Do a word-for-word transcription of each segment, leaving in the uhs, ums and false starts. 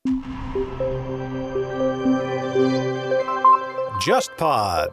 JustPod。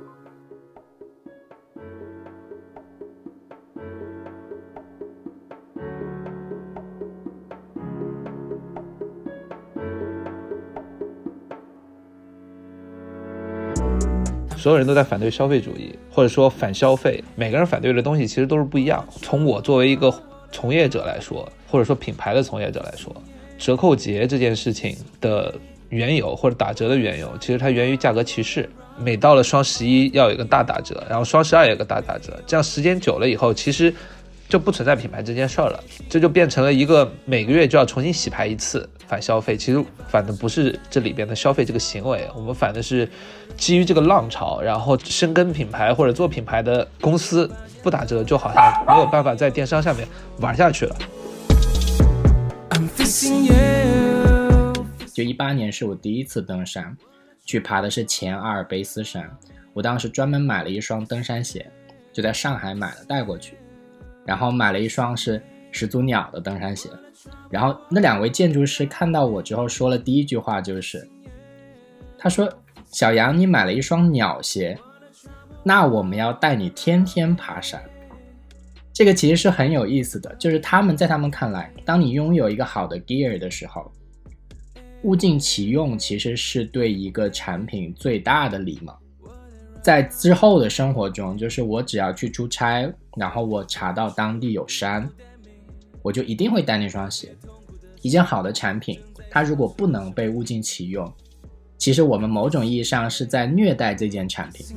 所有人都在反对消费主义，或者说反消费，每个人反对的东西其实都是不一样。从我作为一个从业者来说，或者说品牌的从业者来说，折扣节这件事情的缘由或者打折的缘由，其实它源于价格歧视。每到了双十一要有一个大打折，然后双十二有一个大打折，这样时间久了以后，其实就不存在品牌这件事儿了，这就变成了一个每个月就要重新洗牌一次反消费。其实反的不是这里边的消费这个行为，我们反的是基于这个浪潮，然后深耕品牌或者做品牌的公司不打折就好像没有办法在电商下面玩下去了。 就一八年是我第一次登山，去爬的是前阿尔卑斯山，我当时专门买了一双登山鞋，就在上海买了带过去，然后买了一双是始祖鸟的登山鞋。然后那两位建筑师看到我之后说了第一句话就是，他说小杨你买了一双鸟鞋，那我们要带你天天爬山。这个其实是很有意思的，就是他们在他们看来，当你拥有一个好的 gear 的时候，物尽其用其实是对一个产品最大的礼貌。在之后的生活中，就是我只要去出差，然后我查到当地有山，我就一定会带那双鞋。一件好的产品，它如果不能被物尽其用，其实我们某种意义上是在虐待这件产品。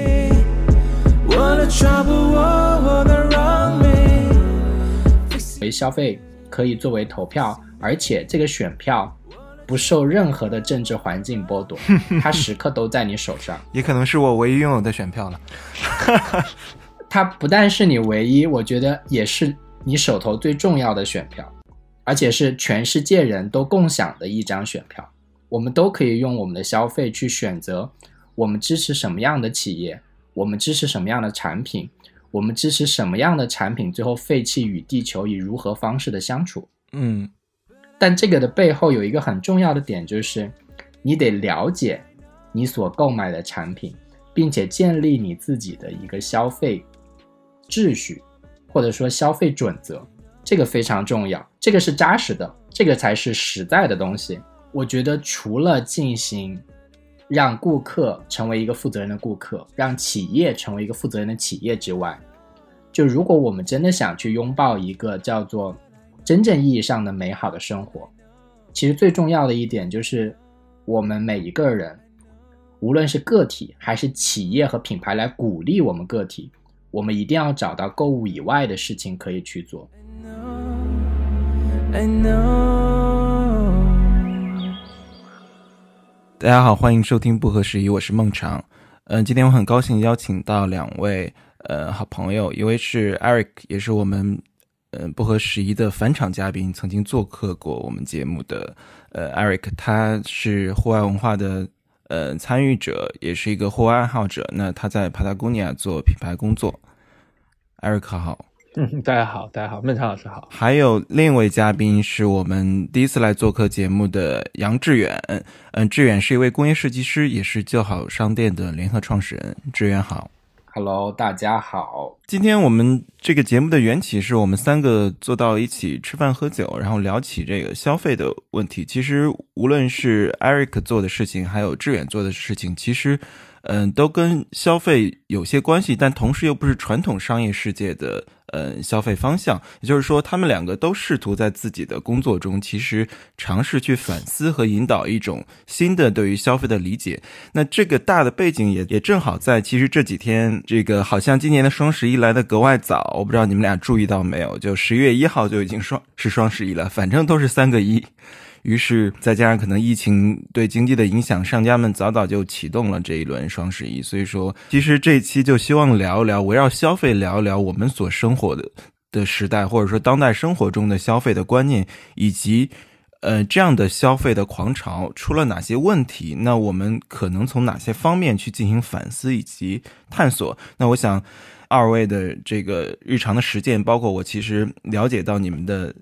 消费可以作为投票，而且这个选票不受任何的政治环境剥夺，它时刻都在你手上。 也可能是我唯一拥有的选票了。 它不但是你唯一，我觉得也是你手头最重要的选票，而且是全世界人都共享的一张选票。我们都可以用我们的消费去选择我们支持什么样的企业，我们支持什么样的产品，我们支持什么样的产品最后废弃与地球以如何方式的相处。 嗯， 但这个的背后有一个很重要的点，就是你得了解你所购买的产品，并且建立你自己的一个消费秩序，或者说消费准则，这个非常重要，这个是扎实的，这个才是实在的东西。我觉得除了进行让顾客成为一个负责任的顾客，让企业成为一个负责任的企业之外，就如果我们真的想去拥抱一个叫做真正意义上的美好的生活，其实最重要的一点就是我们每一个人，无论是个体还是企业和品牌来鼓励我们个体，我们一定要找到购物以外的事情可以去做。I know, I know。 大家好，欢迎收听不合时宜，我是孟尝。嗯、呃，今天我很高兴邀请到两位呃好朋友，一位是 Eric， 也是我们呃不合时宜的返场嘉宾，曾经做客过我们节目的呃 Eric， 他是户外文化的呃参与者，也是一个户外爱好者。那他在 Patagonia 做品牌工作。Eric 好。 嗯，大家好，大家好，孟尝老师好。 还有另一位嘉宾是我们第一次来做客节目的杨致远。嗯，致远是一位工业设计师，也是就好商店的联合创始人。致远好。 Hello， 大家好。 今天我们这个节目的缘起是我们三个坐到一起吃饭喝酒，然后聊起这个消费的问题。其实无论是 Eric 做的事情，还有致远做的事情，其实嗯，都跟消费有些关系，但同时又不是传统商业世界的呃消费方向。也就是说，他们两个都试图在自己的工作中，其实尝试去反思和引导一种新的对于消费的理解。那这个大的背景也也正好在其实这几天，这个好像今年的双十一来的格外早，我不知道你们俩注意到没有，就十月一号就已经双是双十一了，反正都是三个一。于是再加上可能疫情对经济的影响，商家们早早就启动了这一轮双十一。所以说其实这一期就希望聊一聊，围绕消费聊一聊我们所生活的的时代，或者说当代生活中的消费的观念，以及呃这样的消费的狂潮出了哪些问题，那我们可能从哪些方面去进行反思以及探索。那我想二位的这个日常的实践，包括我其实了解到你们的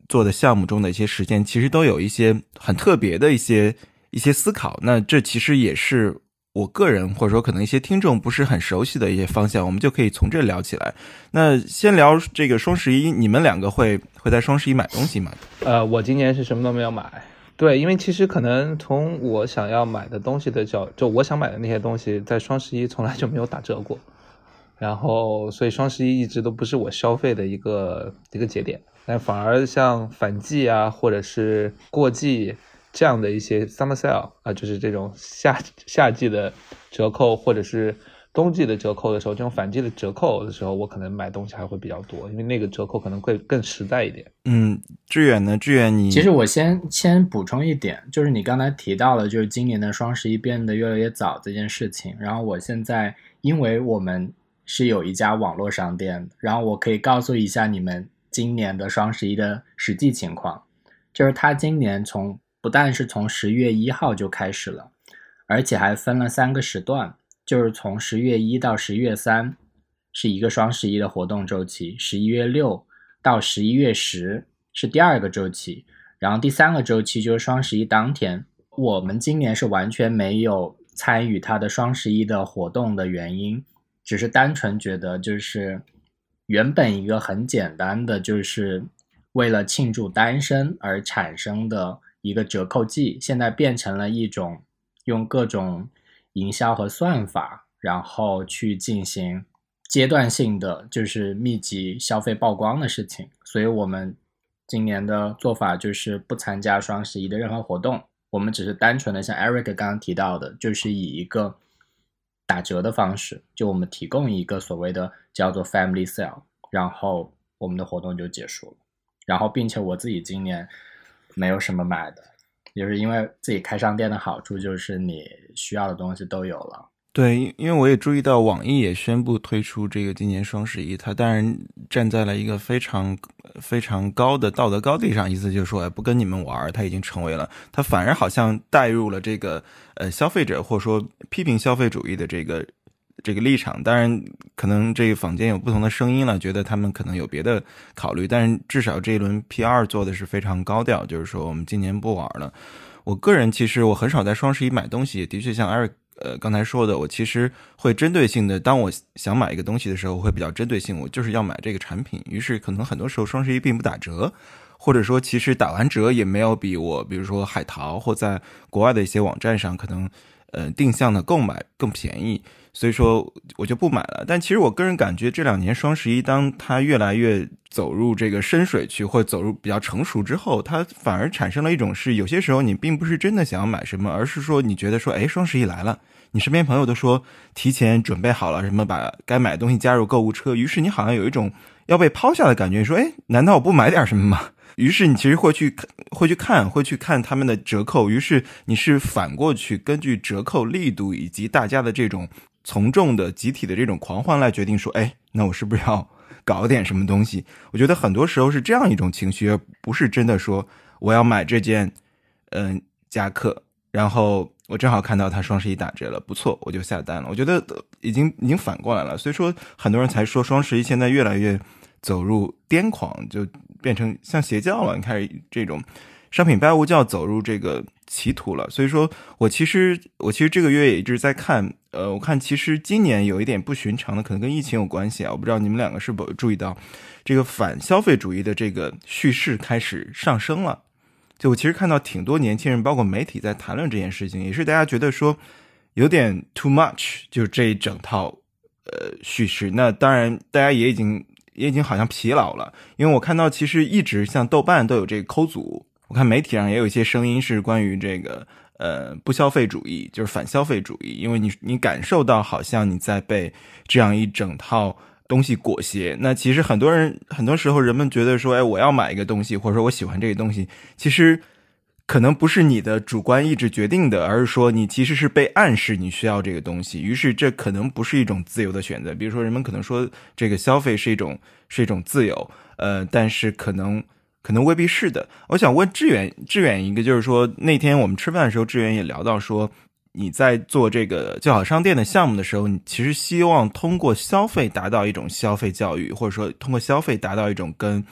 做的项目中的一些实践，其实都有一些很特别的一些一些思考。那这其实也是我个人或者说可能一些听众不是很熟悉的一些方向，我们就可以从这聊起来。那先聊这个双十一，你们两个会会在双十一买东西吗？ 呃，我今年是什么都没有买。对，因为其实可能从我想要买的东西的角，就我想买的那些东西，在双十一从来就没有打折过。然后，所以双十一一直都不是我消费的一个一个节点。但反而像反季啊，或者是过季这样的一些 summer sale 啊，就是这种夏夏季的折扣，或者是冬季的折扣的时候，这种反季的折扣的时候，我可能买东西还会比较多，因为那个折扣可能会更实在一点。 嗯，志远呢？志远你， 其实我先先补充一点，就是你刚才提到了，就是今年的双十一变得越来越早这件事情。然后我现在，因为我们是有一家网络商店，然后我可以告诉一下你们今年的双十一的实际情况，就是它今年从不但是从十月一号就开始了，而且还分了三个时段。就是从十月一到十月三是一个双十一的活动周期，十一月六到十一月十是第二个周期，然后第三个周期就是双十一当天。我们今年是完全没有参与它的双十一的活动的原因，只是单纯觉得就是原本一个很简单的就是为了庆祝单身而产生的一个折扣季，现在变成了一种用各种营销和算法，然后去进行阶段性的就是密集消费曝光的事情。所以我们今年的做法就是不参加双十一的任何活动，我们只是单纯的像 Eric 刚刚提到的，就是以一个打折的方式，就我们提供一个所谓的叫做 Family Sale， 然后我们的活动就结束了。然后并且我自己今年没有什么买的，就是因为自己开商店的好处就是你需要的东西都有了。 对，因为我也注意到网易也宣布推出这个今年双十一，它当然站在了一个非常非常高的道德高地上，意思就是说不跟你们玩，它已经成为了，它反而好像带入了这个呃消费者或者说批评消费主义的这个这个立场。当然可能这个坊间有不同的声音了，觉得他们可能有别的考虑，但是至少这一轮 P R 做的是非常高调，就是说我们今年不玩了。我个人其实我很少在双十一买东西，也的确像 Eric 呃刚才说的，我其实会针对性的，当我想买一个东西的时候，我会比较针对性，我就是要买这个产品。于是可能很多时候双十一并不打折，或者说其实打完折也没有比我比如说海淘或在国外的一些网站上可能呃定向的购买更便宜，所以说我就不买了。但其实我个人感觉这两年双十一当它越来越走入这个深水区或者走入比较成熟之后，它反而产生了一种是有些时候你并不是真的想要买什么，而是说你觉得说哎双十一来了，你身边朋友都说提前准备好了什么把该买的东西加入购物车，于是你好像有一种要被抛下的感觉，说哎难道我不买点什么吗？于是你其实会去会去看会去看他们的折扣，于是你是反过去根据折扣力度以及大家的这种从众的集体的这种狂欢来决定说哎那我是不是要搞点什么东西。我觉得很多时候是这样一种情绪，而不是真的说我要买这件嗯、呃、夹克，然后我正好看到它双十一打折了，不错我就下单了。我觉得已经已经反过来了，所以说很多人才说双十一现在越来越走入癫狂，就变成像邪教了，你看这种商品拜物教走入这个歧途了。所以说我其实我其实这个月也一直在看，呃，我看其实今年有一点不寻常的，可能跟疫情有关系啊，我不知道你们两个是否注意到，这个反消费主义的这个叙事开始上升了。就我其实看到挺多年轻人，包括媒体在谈论这件事情，也是大家觉得说有点 too much， 就这一整套呃叙事。那当然大家也已经也已经好像疲劳了，因为我看到其实一直像豆瓣都有这个抠组，我看媒体上也有一些声音是关于这个呃不消费主义，就是反消费主义，因为你你感受到好像你在被这样一整套东西裹挟。那其实很多人很多时候人们觉得说哎我要买一个东西，或者说我喜欢这个东西，其实可能不是你的主观意志决定的，而是说你其实是被暗示你需要这个东西，于是这可能不是一种自由的选择。比如说人们可能说这个消费是一种是一种自由，呃，但是可能可能未必是的。我想问志远志远一个，就是说那天我们吃饭的时候，志远也聊到说你在做这个就好商店的项目的时候，你其实希望通过消费达到一种消费教育，或者说通过消费达到一种跟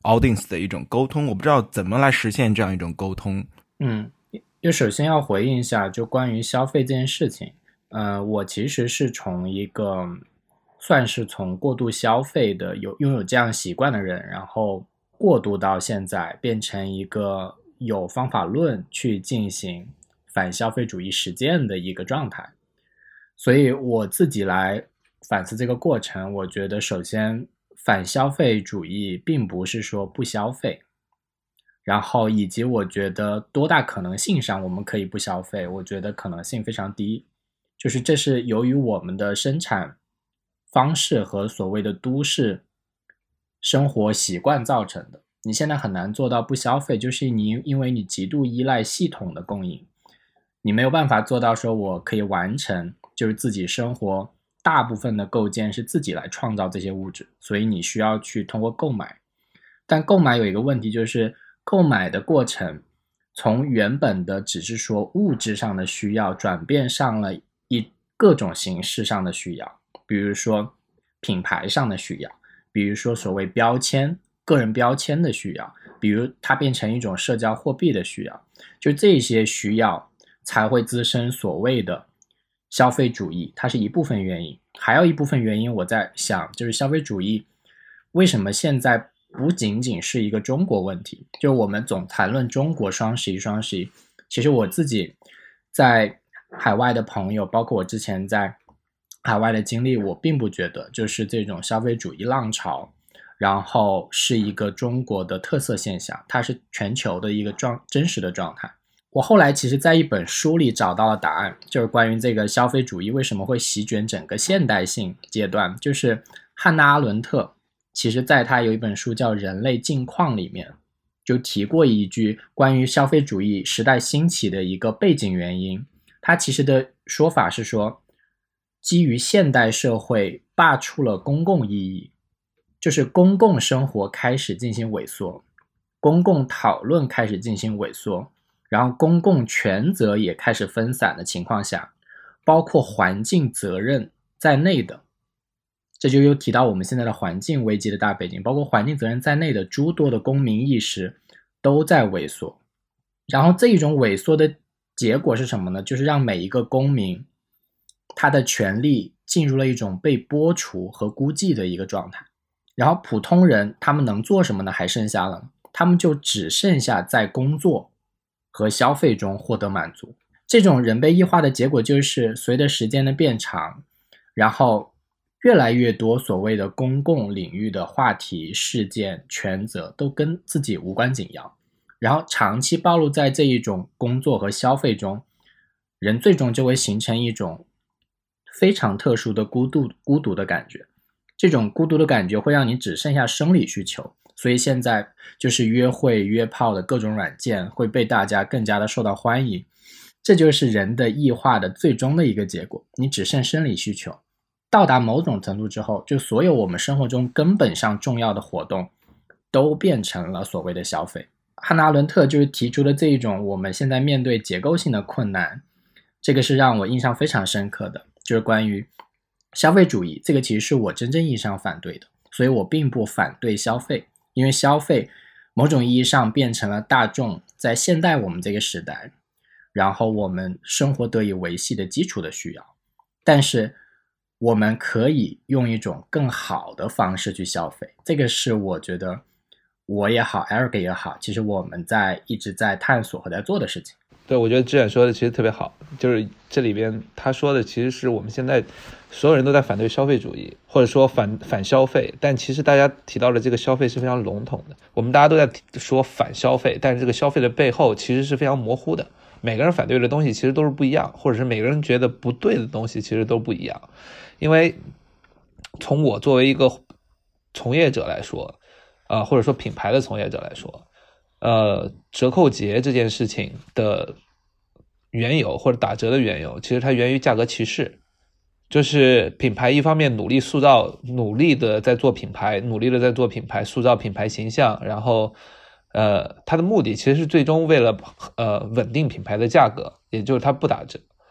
audience 的一种沟通，我不知道怎么来实现这样一种沟通。 嗯，就首先要回应一下，就关于消费这件事情，呃，我其实是从一个算是从过度消费的有拥有这样习惯的人，然后过渡到现在变成一个有方法论去进行反消费主义实践的一个状态。所以我自己来反思这个过程，我觉得首先反消费主义并不是说不消费，然后以及我觉得多大可能性上我们可以不消费，我觉得可能性非常低，就是这是由于我们的生产方式和所谓的都市生活习惯造成的。你现在很难做到不消费，就是你因为你极度依赖系统的供应，你没有办法做到说我可以完成就是自己生活大部分的构建是自己来创造这些物质，所以你需要去通过购买。但购买有一个问题，就是购买的过程从原本的只是说物质上的需要转变上了一各种形式上的需要，比如说品牌上的需要，比如说所谓标签个人标签的需要，比如它变成一种社交货币的需要，就这些需要才会滋生所谓的消费主义，它是一部分原因。还有一部分原因我在想，就是消费主义为什么现在不仅仅是一个中国问题，就我们总谈论中国双十一双十一，其实我自己在海外的朋友，包括我之前在海外的经历，我并不觉得就是这种消费主义浪潮然后是一个中国的特色现象，它是全球的一个状真实的状态。我后来其实在一本书里找到了答案，就是关于这个消费主义为什么会席卷整个现代性阶段，就是汉娜·阿伦特其实在他有一本书叫《人类境况》里面就提过一句关于消费主义时代兴起的一个背景原因。他其实的说法是说，基于现代社会罢黜了公共意义，就是公共生活开始进行萎缩，公共讨论开始进行萎缩，然后公共权责也开始分散的情况下，包括环境责任在内的，这就又提到我们现在的环境危机的大背景，包括环境责任在内的诸多的公民意识都在萎缩。然后这一种萎缩的结果是什么呢？就是让每一个公民他的权利进入了一种被剥除和孤寂的一个状态。然后普通人他们能做什么呢？还剩下了他们就只剩下在工作和消费中获得满足。这种人被异化的结果就是随着时间的变长，然后越来越多所谓的公共领域的话题、事件、权责都跟自己无关紧要，然后长期暴露在这一种工作和消费中，人最终就会形成一种非常特殊的孤独孤独的感觉。这种孤独的感觉会让你只剩下生理需求，所以现在就是约会约炮的各种软件会被大家更加的受到欢迎，这就是人的异化的最终的一个结果。你只剩生理需求，到达某种程度之后，就所有我们生活中根本上重要的活动都变成了所谓的消费。汉娜·阿伦特就是提出了这一种我们现在面对结构性的困难，这个是让我印象非常深刻的，就是关于消费主义，这个其实是我真正意义上反对的。所以我并不反对消费，因为消费某种意义上变成了大众在现代我们这个时代，然后我们生活得以维系的基础的需要。但是我们可以用一种更好的方式去消费，这个是我觉得我也好 Eric 也好，其实我们在一直在探索和在做的事情。 对，我觉得志远说的其实特别好，就是这里边他说的其实是我们现在所有人都在反对消费主义，或者说反反消费，但其实大家提到的这个消费是非常笼统的。我们大家都在说反消费，但是这个消费的背后其实是非常模糊的，每个人反对的东西其实都是不一样，或者是每个人觉得不对的东西其实都不一样。因为从我作为一个从业者来说，呃，或者说品牌的从业者来说，呃，折扣节这件事情的缘由或者打折的缘由，其实它源于价格歧视。就是品牌一方面努力塑造，努力的在做品牌，努力的在做品牌，塑造品牌形象，然后呃，它的目的其实是最终为了呃稳定品牌的价格，也就是它不打折。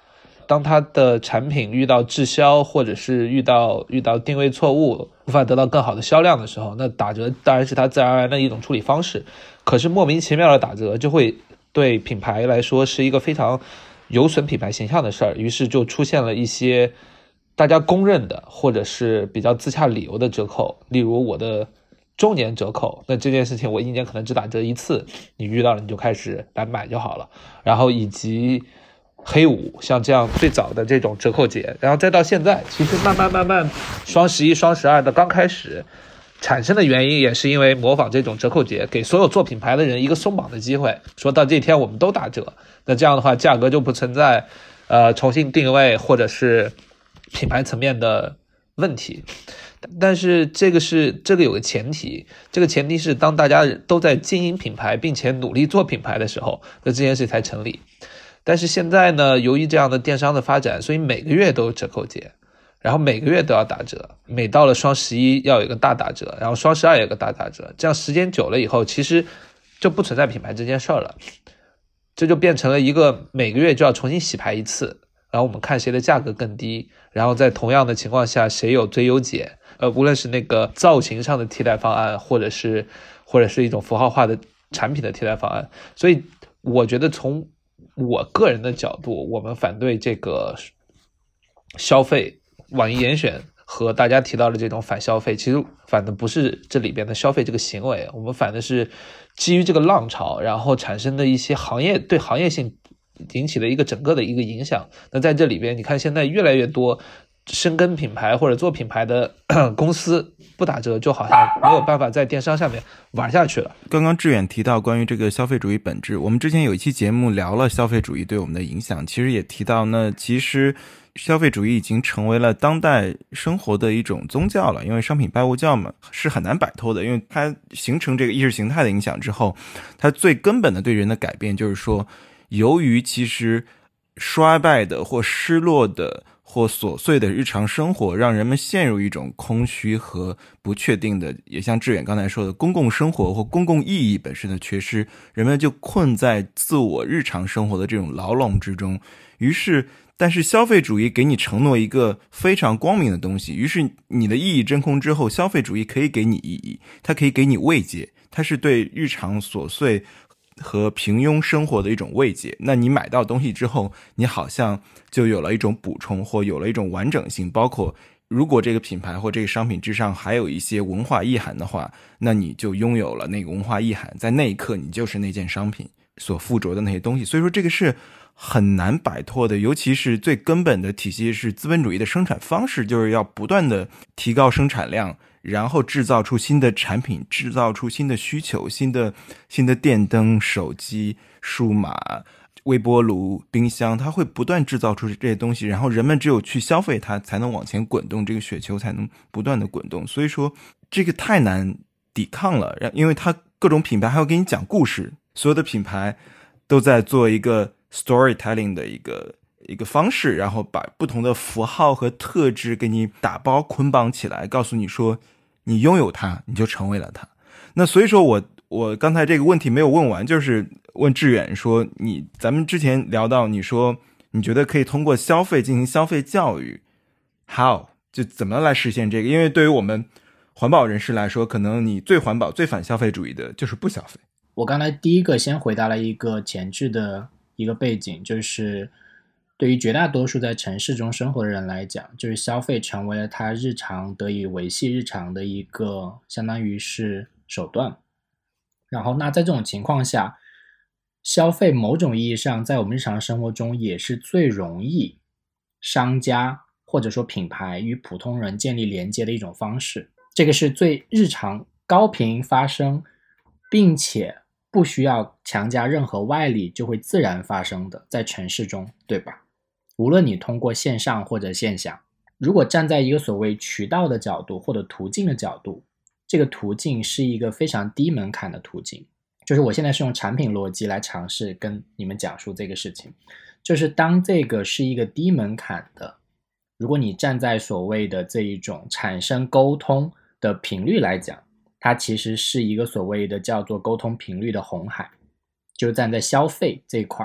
当它的产品遇到滞销，或者是遇到遇到定位错误，无法得到更好的销量的时候，那打折当然是它自然而然的一种处理方式。可是莫名其妙的打折就会对品牌来说是一个非常有损品牌形象的事儿，于是就出现了一些大家公认的或者是比较自洽理由的折扣，例如我的周年折扣，那这件事情我一年可能只打折一次，你遇到了你就开始来买就好了。然后以及黑五，像这样最早的这种折扣节，然后再到现在，其实慢慢慢慢双十一双十二的刚开始产生的原因也是因为模仿这种折扣节，给所有做品牌的人一个松绑的机会，说到这天我们都打折，那这样的话价格就不存在呃重新定位或者是品牌层面的问题。但是这个是这个有个前提，这个前提是当大家都在经营品牌并且努力做品牌的时候，那这件事才成立。但是现在呢，由于这样的电商的发展，所以每个月都有折扣节，然后每个月都要打折，每到了双十一要有一个大打折，然后双十二有个大打折，这样时间久了以后，其实就不存在品牌这件事儿了，这就变成了一个每个月就要重新洗牌一次，然后我们看谁的价格更低，然后在同样的情况下谁有最优解，呃，无论是那个造型上的替代方案，或者是或者是一种符号化的产品的替代方案。所以我觉得从我个人的角度，我们反对这个消费网易严选和大家提到的这种反消费，其实反的不是这里边的消费这个行为，我们反的是基于这个浪潮然后产生的一些行业对行业性引起的一个整个的一个影响。那在这里边你看现在越来越多深耕品牌或者做品牌的公司不打折就好像没有办法在电商上面玩下去了。 刚刚志远提到关于这个消费主义本质，我们之前有一期节目聊了消费主义对我们的影响，其实也提到呢，其实消费主义已经成为了当代生活的一种宗教了，因为商品拜物教嘛，是很难摆脱的，因为它形成这个意识形态的影响之后，它最根本的对人的改变就是说，由于其实衰败的或失落的或琐碎的日常生活让人们陷入一种空虚和不确定的，也像志远刚才说的公共生活或公共意义本身的缺失，人们就困在自我日常生活的这种牢笼之中。于是但是消费主义给你承诺一个非常光明的东西，于是你的意义真空之后，消费主义可以给你意义，它可以给你慰藉，它是对日常琐碎和平庸生活的一种慰藉。那你买到东西之后，你好像就有了一种补充或有了一种完整性，包括如果这个品牌或这个商品之上还有一些文化意涵的话，那你就拥有了那个文化意涵，在那一刻你就是那件商品所附着的那些东西。所以说这个是很难摆脱的，尤其是最根本的体系是资本主义的生产方式，就是要不断的提高生产量，然后制造出新的产品，制造出新的需求，新的新的电灯、手机、数码、微波炉、冰箱，它会不断制造出这些东西，然后人们只有去消费它才能往前滚动，这个雪球才能不断的滚动。所以说这个太难抵抗了，因为它各种品牌还要给你讲故事，所有的品牌都在做一个 storytelling 的一个一个方式，然后把不同的符号和特质给你打包捆绑起来，告诉你说你拥有它你就成为了它。那所以说我我刚才这个问题没有问完，就是问志远说，你咱们之前聊到你说你觉得可以通过消费进行消费教育， how 就怎么来实现这个？因为对于我们环保人士来说，可能你最环保最反消费主义的就是不消费。 我刚才第一个先回答了一个前置的一个背景，就是对于绝大多数在城市中生活的人来讲，就是消费成为了他日常得以维系日常的一个相当于是手段。然后那在这种情况下，消费某种意义上在我们日常生活中也是最容易商家或者说品牌与普通人建立连接的一种方式，这个是最日常高频发生并且不需要强加任何外力就会自然发生的，在城市中，对吧？无论你通过线上或者线下，如果站在一个所谓渠道的角度或者途径的角度，这个途径是一个非常低门槛的途径。就是我现在是用产品逻辑来尝试跟你们讲述这个事情，就是当这个是一个低门槛的，如果你站在所谓的这一种产生沟通的频率来讲，它其实是一个所谓的叫做沟通频率的红海，就站在消费这一块，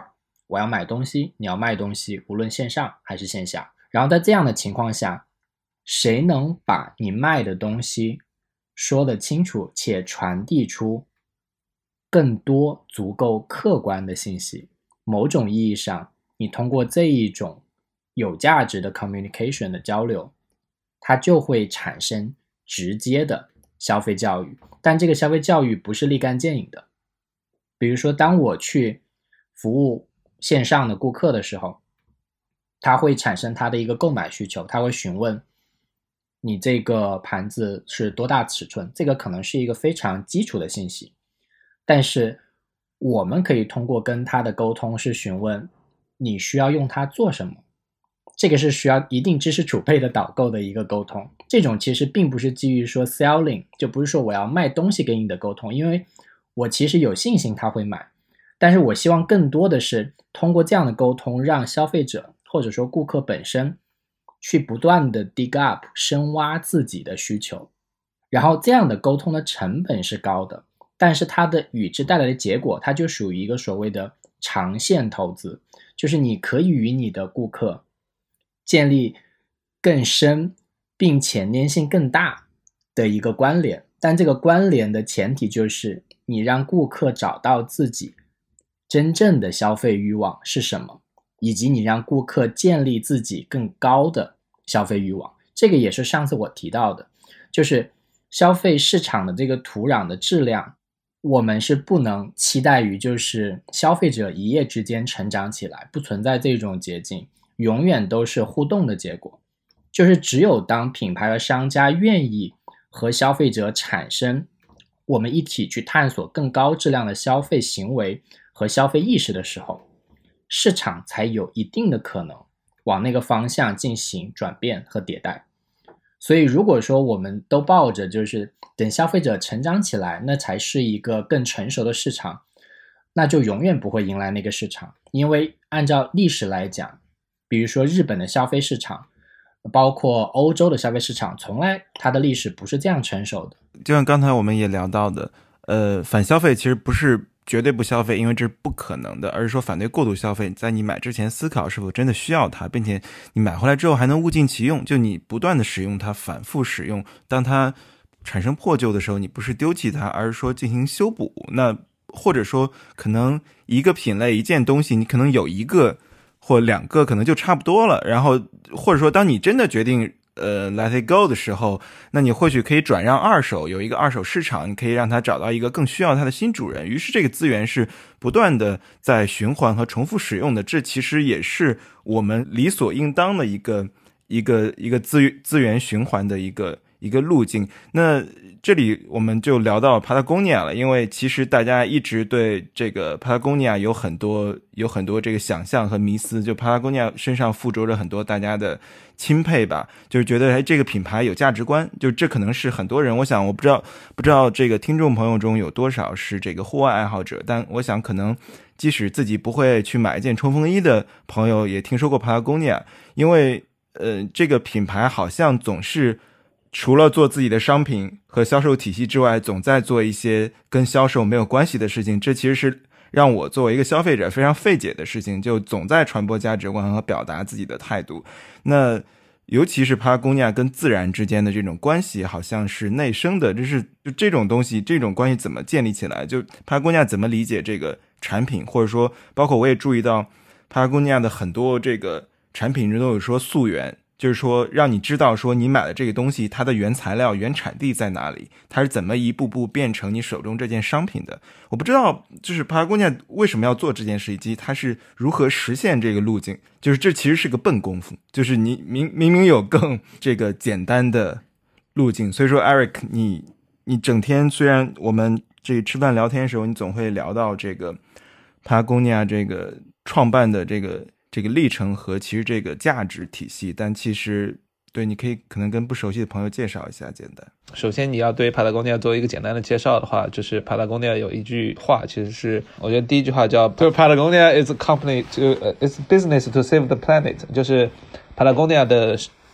我要买东西，你要卖东西，无论线上还是线下。然后在这样的情况下，谁能把你卖的东西说得清楚且传递出更多足够客观的信息，某种意义上，你通过这一种有价值的 communication 的交流，它就会产生直接的消费教育。但这个消费教育不是立竿见影的。比如说，当我去服务线上的顾客的时候，他会产生他的一个购买需求，他会询问你这个盘子是多大尺寸，这个可能是一个非常基础的信息。但是我们可以通过跟他的沟通是询问你需要用它做什么，这个是需要一定知识储备的导购的一个沟通。这种其实并不是基于说 selling， 就不是说我要卖东西给你的沟通，因为我其实有信心他会买，但是我希望更多的是通过这样的沟通，让消费者或者说顾客本身去不断的 dig up 深挖自己的需求。然后这样的沟通的成本是高的，但是它的与之带来的结果，它就属于一个所谓的长线投资，就是你可以与你的顾客建立更深并且粘性更大的一个关联。但这个关联的前提就是你让顾客找到自己真正的消费欲望是什么，以及你让顾客建立自己更高的消费欲望。这个也是上次我提到的，就是消费市场的这个土壤的质量，我们是不能期待于就是消费者一夜之间成长起来，不存在这种捷径，永远都是互动的结果。就是只有当品牌和商家愿意和消费者产生我们一起去探索更高质量的消费行为和消费意识的时候，市场才有一定的可能往那个方向进行转变和迭代。所以如果说我们都抱着就是等消费者成长起来，那才是一个更成熟的市场，那就永远不会迎来那个市场。因为按照历史来讲，比如说日本的消费市场，包括欧洲的消费市场，从来它的历史不是这样成熟的。 就像刚才我们也聊到的，呃，反消费其实不是绝对不消费，因为这是不可能的，而是说反对过度消费，在你买之前思考是否真的需要它，并且你买回来之后还能物尽其用，就你不断的使用它，反复使用，当它产生破旧的时候，你不是丢弃它，而是说进行修补。那或者说可能一个品类一件东西，你可能有一个或两个可能就差不多了，然后或者说当你真的决定呃 let it go 的时候，那你或许可以转让二手，有一个二手市场，你可以让它找到一个更需要它的新主人，于是这个资源是不断的在循环和重复使用的。这其实也是我们理所应当的一个一个一个资资源循环的一个一个路径。那这里我们就聊到 Patagonia 了，因为其实大家一直对这个 Patagonia 有很多有很多这个想象和迷思，就 Patagonia 身上附着着很多大家的钦佩吧，就是觉得哎这个品牌有价值观，就这可能是很多人，我想我不知道不知道这个听众朋友中有多少是这个户外爱好者，但我想可能即使自己不会去买一件冲锋衣的朋友也听说过 Patagonia， 因为呃这个品牌好像总是除了做自己的商品和销售体系之外，总在做一些跟销售没有关系的事情，这其实是让我作为一个消费者非常费解的事情，就总在传播价值观和表达自己的态度。那尤其是 Patagonia 跟自然之间的这种关系好像是内生的，就是就这种东西这种关系怎么建立起来，就 Patagonia 怎么理解这个产品，或者说包括我也注意到 Patagonia 的很多这个产品都有说溯源，就是说让你知道说你买的这个东西它的原材料原产地在哪里，它是怎么一步步变成你手中这件商品的。我不知道就是 Patagonia 为什么要做这件事，以及它是如何实现这个路径，就是这其实是个笨功夫，就是你明明明有更这个简单的路径。所以说 Eric 你你整天虽然我们这吃饭聊天的时候你总会聊到这个 Patagonia 这个创办的这个这个历程和其实这个价值体系，但其实对你可以可能跟不熟悉的朋友介绍一下简单。 首先你要对 Patagonia 做一个简单的介绍的话，就是 Patagonia 有一句话，其实是我觉得第一句话叫 Patagonia is a company to、uh, it's business to save the planet， 就是 Patagonia 的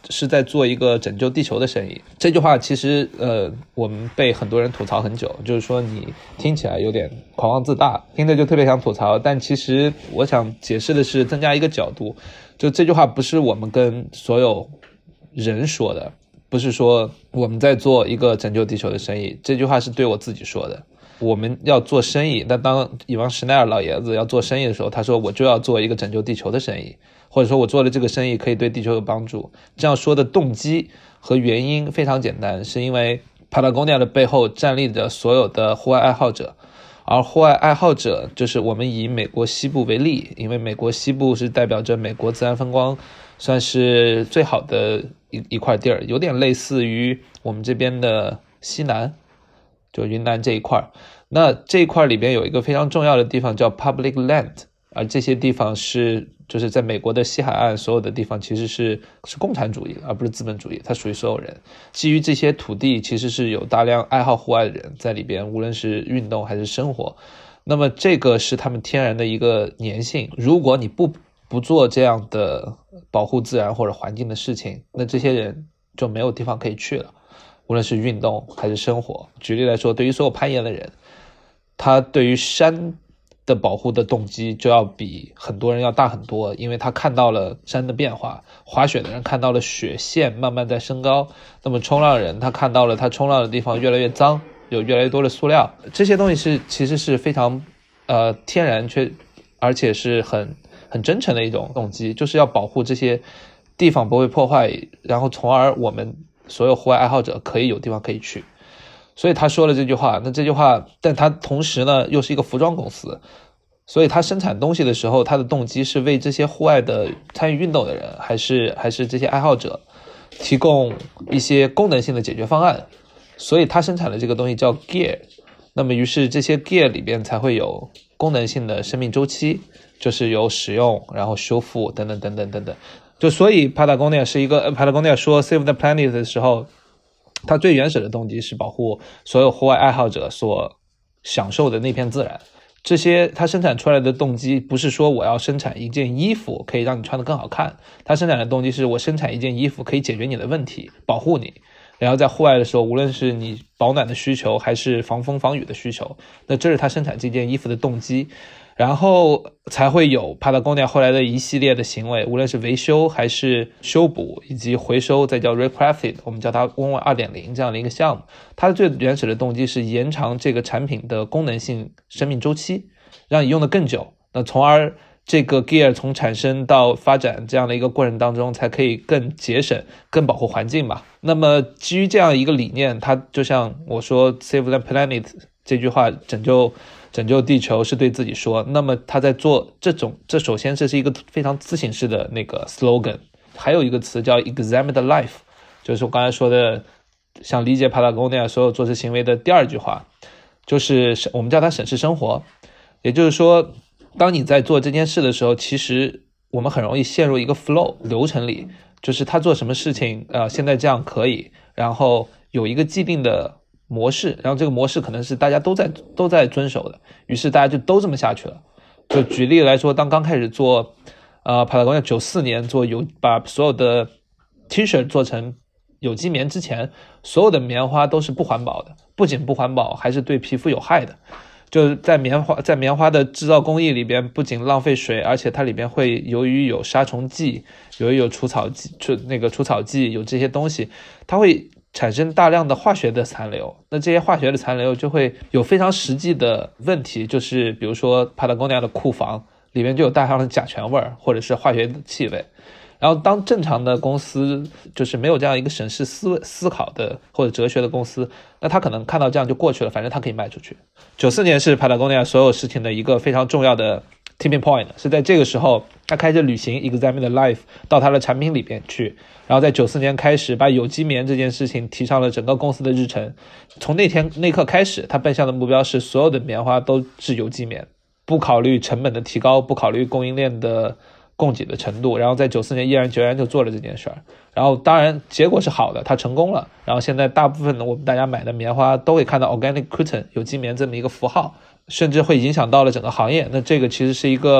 是在做一个拯救地球的生意。这句话其实呃，我们被很多人吐槽很久，就是说你听起来有点狂妄自大，听着就特别想吐槽。但其实我想解释的是增加一个角度，就这句话不是我们跟所有人说的，不是说我们在做一个拯救地球的生意，这句话是对我自己说的。我们要做生意，那当伊万施奈尔老爷子要做生意的时候，他说我就要做一个拯救地球的生意，或者说我做的这个生意可以对地球有帮助。这样说的动机和原因非常简单，是因为 Patagonia 的背后站立着所有的户外爱好者，而户外爱好者就是我们以美国西部为例，因为美国西部是代表着美国自然风光算是最好的一一块地儿，有点类似于我们这边的西南，就云南这一块。那这一块里边有一个非常重要的地方叫 public land， 而这些地方是就是在美国的西海岸所有的地方其实是是共产主义而不是资本主义，它属于所有人。基于这些土地其实是有大量爱好户外的人在里边，无论是运动还是生活，那么这个是他们天然的一个粘性。如果你不不做这样的保护自然或者环境的事情，那这些人就没有地方可以去了，无论是运动还是生活。举例来说，对于所有攀岩的人，他对于山的保护的动机就要比很多人要大很多，因为他看到了山的变化。滑雪的人看到了雪线慢慢在升高，那么冲浪人他看到了他冲浪的地方越来越脏，有越来越多的塑料。这些东西是其实是非常呃天然却而且是很很真诚的一种动机，就是要保护这些地方不会破坏，然后从而我们所有户外爱好者可以有地方可以去。所以他说了这句话，那这句话，但他同时呢又是一个服装公司，所以他生产东西的时候，他的动机是为这些户外的参与运动的人，还是还是这些爱好者提供一些功能性的解决方案。所以他生产的这个东西叫 gear， 那么于是这些 gear 里边才会有功能性的生命周期，就是有使用然后修复等等等等等等。就所以 Patagonia 是一个 Patagonia 说 Save the Planet 的时候，它最原始的动机是保护所有户外爱好者所享受的那片自然。这些它生产出来的动机不是说我要生产一件衣服可以让你穿得更好看，它生产的动机是我生产一件衣服可以解决你的问题，保护你，然后在户外的时候，无论是你保暖的需求还是防风防雨的需求，那这是它生产这件衣服的动机。然后才会有 Patagonia 后来的一系列的行为，无论是维修还是修补以及回收，再叫 recrafted， 我们叫它 One 二点零 这样的一个项目。它的最原始的动机是延长这个产品的功能性生命周期，让你用得更久，那从而这个 gear 从产生到发展这样的一个过程当中才可以更节省更保护环境吧。那么基于这样一个理念，它就像我说 Save the Planet 这句话，拯救拯救地球是对自己说，那么他在做这种，这首先这是一个非常自省式的那个 slogan。 还有一个词叫 examine the life， 就是我刚才说的想理解 Patagonia 所有做事行为的第二句话，就是我们叫它审视生活。也就是说，当你在做这件事的时候，其实我们很容易陷入一个 flow 流程里，就是他做什么事情呃，现在这样可以，然后有一个既定的模式，然后这个模式可能是大家都在都在遵守的，于是大家就都这么下去了。就举例来说，当刚开始做呃 Patagonia 九四年做有把所有的 T 恤做成有机棉之前，所有的棉花都是不环保的，不仅不环保，还是对皮肤有害的。就是在棉花在棉花的制造工艺里边，不仅浪费水，而且它里边会由于有杀虫剂，由于有除草剂，除那个除草剂，有这些东西，它会产生大量的化学的残留。那这些化学的残留就会有非常实际的问题，就是比如说 Patagonia 的库房里面就有大量的甲醛味或者是化学的气味。然后当正常的公司就是没有这样一个审视思思考的或者哲学的公司，那他可能看到这样就过去了，反正他可以卖出去。九四年是 Patagonia 所有事情的一个非常重要的 tipping point， 是在这个时候他开始履行 examine the life 到他的产品里边去，然后在九四年开始把有机棉这件事情提上了整个公司的日程。从那天那刻开始，他奔向的目标是所有的棉花都是有机棉，不考虑成本的提高，不考虑供应链的供给的程度，然后在九四年毅然决然就做了这件事儿。然后当然结果是好的，他成功了。然后现在大部分的我们大家买的棉花都会看到 organic cotton 有机棉这么一个符号，甚至会影响到了整个行业。那这个其实是一个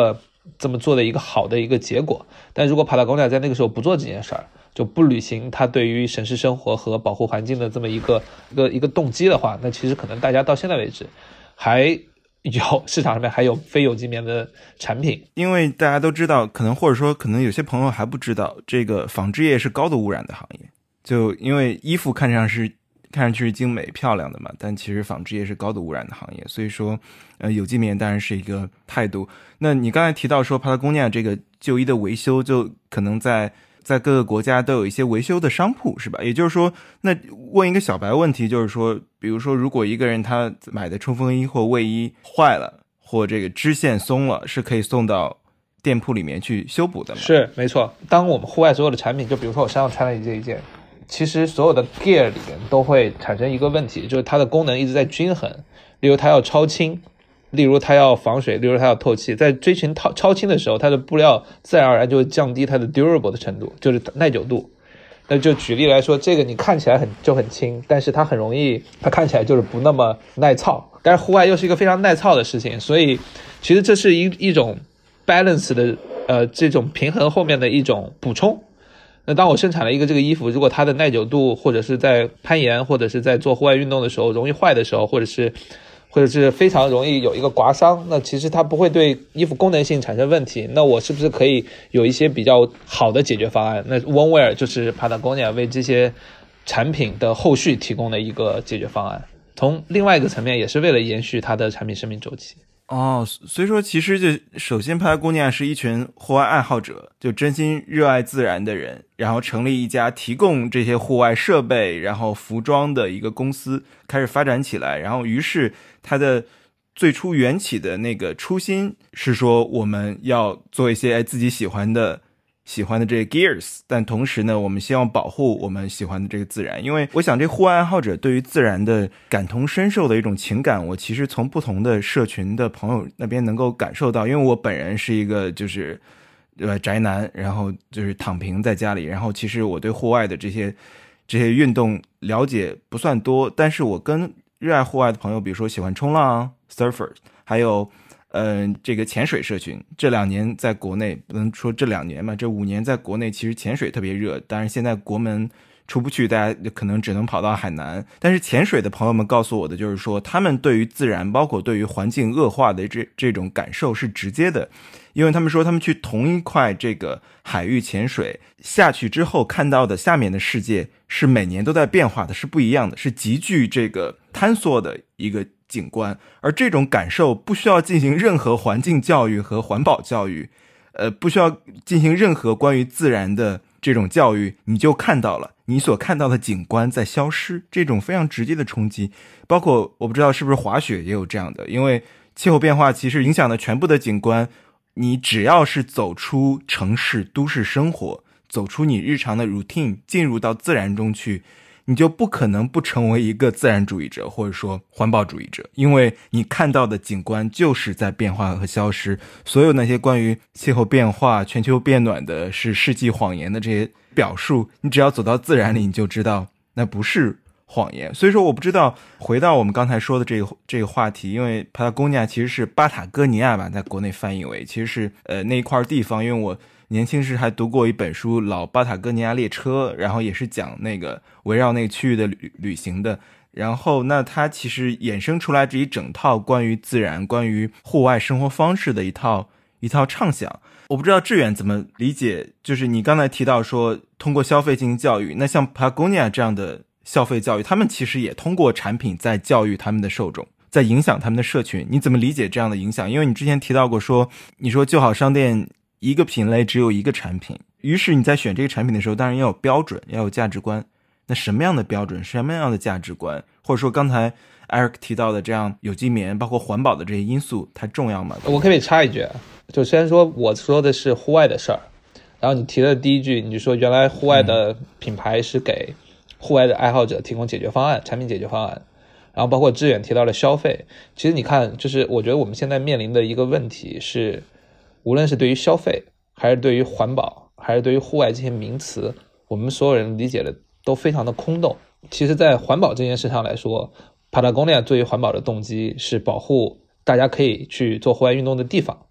这么做的一个好的一个结果。但如果 Patagonia 在那个时候不做这件事儿，就不履行它对于城市生活和保护环境的这么一个一个一个动机的话，那其实可能大家到现在为止还有市场上面还有非有机棉的产品。 因为大家都知道，可能或者说可能有些朋友还不知道，这个纺织业是高度污染的行业。就因为衣服看上是看上去是精美漂亮的嘛，但其实纺织业是高度污染的行业，所以说呃，有机棉当然是一个态度。那你刚才提到说 Patagonia 这个旧衣的维修，就可能在在各个国家都有一些维修的商铺是吧？也就是说，那问一个小白问题，就是说比如说如果一个人他买的冲锋衣或卫衣坏了，或这个织线松了，是可以送到店铺里面去修补的吗？ 是没错。当我们户外所有的产品，就比如说我身上穿的这一件，其实所有的 gear 里面都会产生一个问题，就是它的功能一直在均衡。例如它要超轻，例如它要防水，例如它要透气。在追寻超超轻的时候，它的布料自然而然就会降低它的 durable 的程度，就是耐久度。那就举例来说，这个你看起来很就很轻，但是它很容易，它看起来就是不那么耐操。但是户外又是一个非常耐操的事情，所以其实这是一一种 balance 的呃这种平衡后面的一种补充。那当我生产了一个这个衣服，如果它的耐久度或者是在攀岩或者是在做户外运动的时候容易坏的时候，或者是或者是非常容易有一个刮伤，那其实它不会对衣服功能性产生问题。那我是不是可以有一些比较好的解决方案？那 OneWear 就是 Patagonia 为这些产品的后续提供的一个解决方案。从另外一个层面也是为了延续它的产品生命周期。 哦，所以说其实就首先 Patagonia 是一群户外爱好者，就真心热爱自然的人，然后成立一家提供这些户外设备然后服装的一个公司，开始发展起来。然后于是它的最初缘起的那个初心是说我们要做一些自己喜欢的喜欢的这个 gears， 但同时呢我们希望保护我们喜欢的这个自然。因为我想这户外爱好者对于自然的感同身受的一种情感，我其实从不同的社群的朋友那边能够感受到。因为我本人是一个就是呃宅男，然后就是躺平在家里，然后其实我对户外的这些这些运动了解不算多，但是我跟热爱户外的朋友，比如说喜欢冲浪 surfer， 还有嗯、呃，这个潜水社群，这两年在国内不能说这两年嘛，这五年在国内其实潜水特别热，当然现在国门出不去，大家可能只能跑到海南。但是潜水的朋友们告诉我的就是说，他们对于自然包括对于环境恶化的这这种感受是直接的，因为他们说他们去同一块这个海域潜水下去之后看到的下面的世界是每年都在变化的，是不一样的，是极具这个坍缩的一个景观。而这种感受不需要进行任何环境教育和环保教育，呃，不需要进行任何关于自然的这种教育，你就看到了你所看到的景观在消失，这种非常直接的冲击。包括我不知道是不是滑雪也有这样的，因为气候变化其实影响了全部的景观，你只要是走出城市都市生活，走出你日常的 routine， 进入到自然中去，你就不可能不成为一个自然主义者或者说环保主义者，因为你看到的景观就是在变化和消失。所有那些关于气候变化、全球变暖的是世纪谎言的这些表述，你只要走到自然里，你就知道那不是谎言。所以说我不知道，回到我们刚才说的这个这个话题，因为 Patagonia 其实是巴塔哥尼亚吧，在国内翻译为其实是呃那一块地方。因为我年轻时还读过一本书《老巴塔哥尼亚列车》，然后也是讲那个围绕那个区域的旅旅行的。然后那它其实衍生出来这一整套关于自然、关于户外生活方式的一套一套畅想。我不知道志远怎么理解，就是你刚才提到说通过消费进行教育，那像 Patagonia 这样的消费教育，他们其实也通过产品在教育他们的受众，在影响他们的社群。你怎么理解这样的影响？因为你之前提到过说，你说就好商店一个品类只有一个产品，于是你在选这个产品的时候当然要有标准，要有价值观。那什么样的标准，什么样的价值观，或者说刚才 Eric 提到的这样有机棉包括环保的这些因素它重要吗？ 我可不可以插一句，就虽然说我说的是户外的事儿，然后你提的第一句你就说原来户外的品牌是给户外的爱好者提供解决方案、产品解决方案，然后包括志远提到了消费。其实你看，就是我觉得我们现在面临的一个问题是，无论是对于消费还是对于环保还是对于户外这些名词，我们所有人理解的都非常的空洞。其实在环保这件事上来说， Patagonia 对于环保的动机是保护大家可以去做户外运动的地方，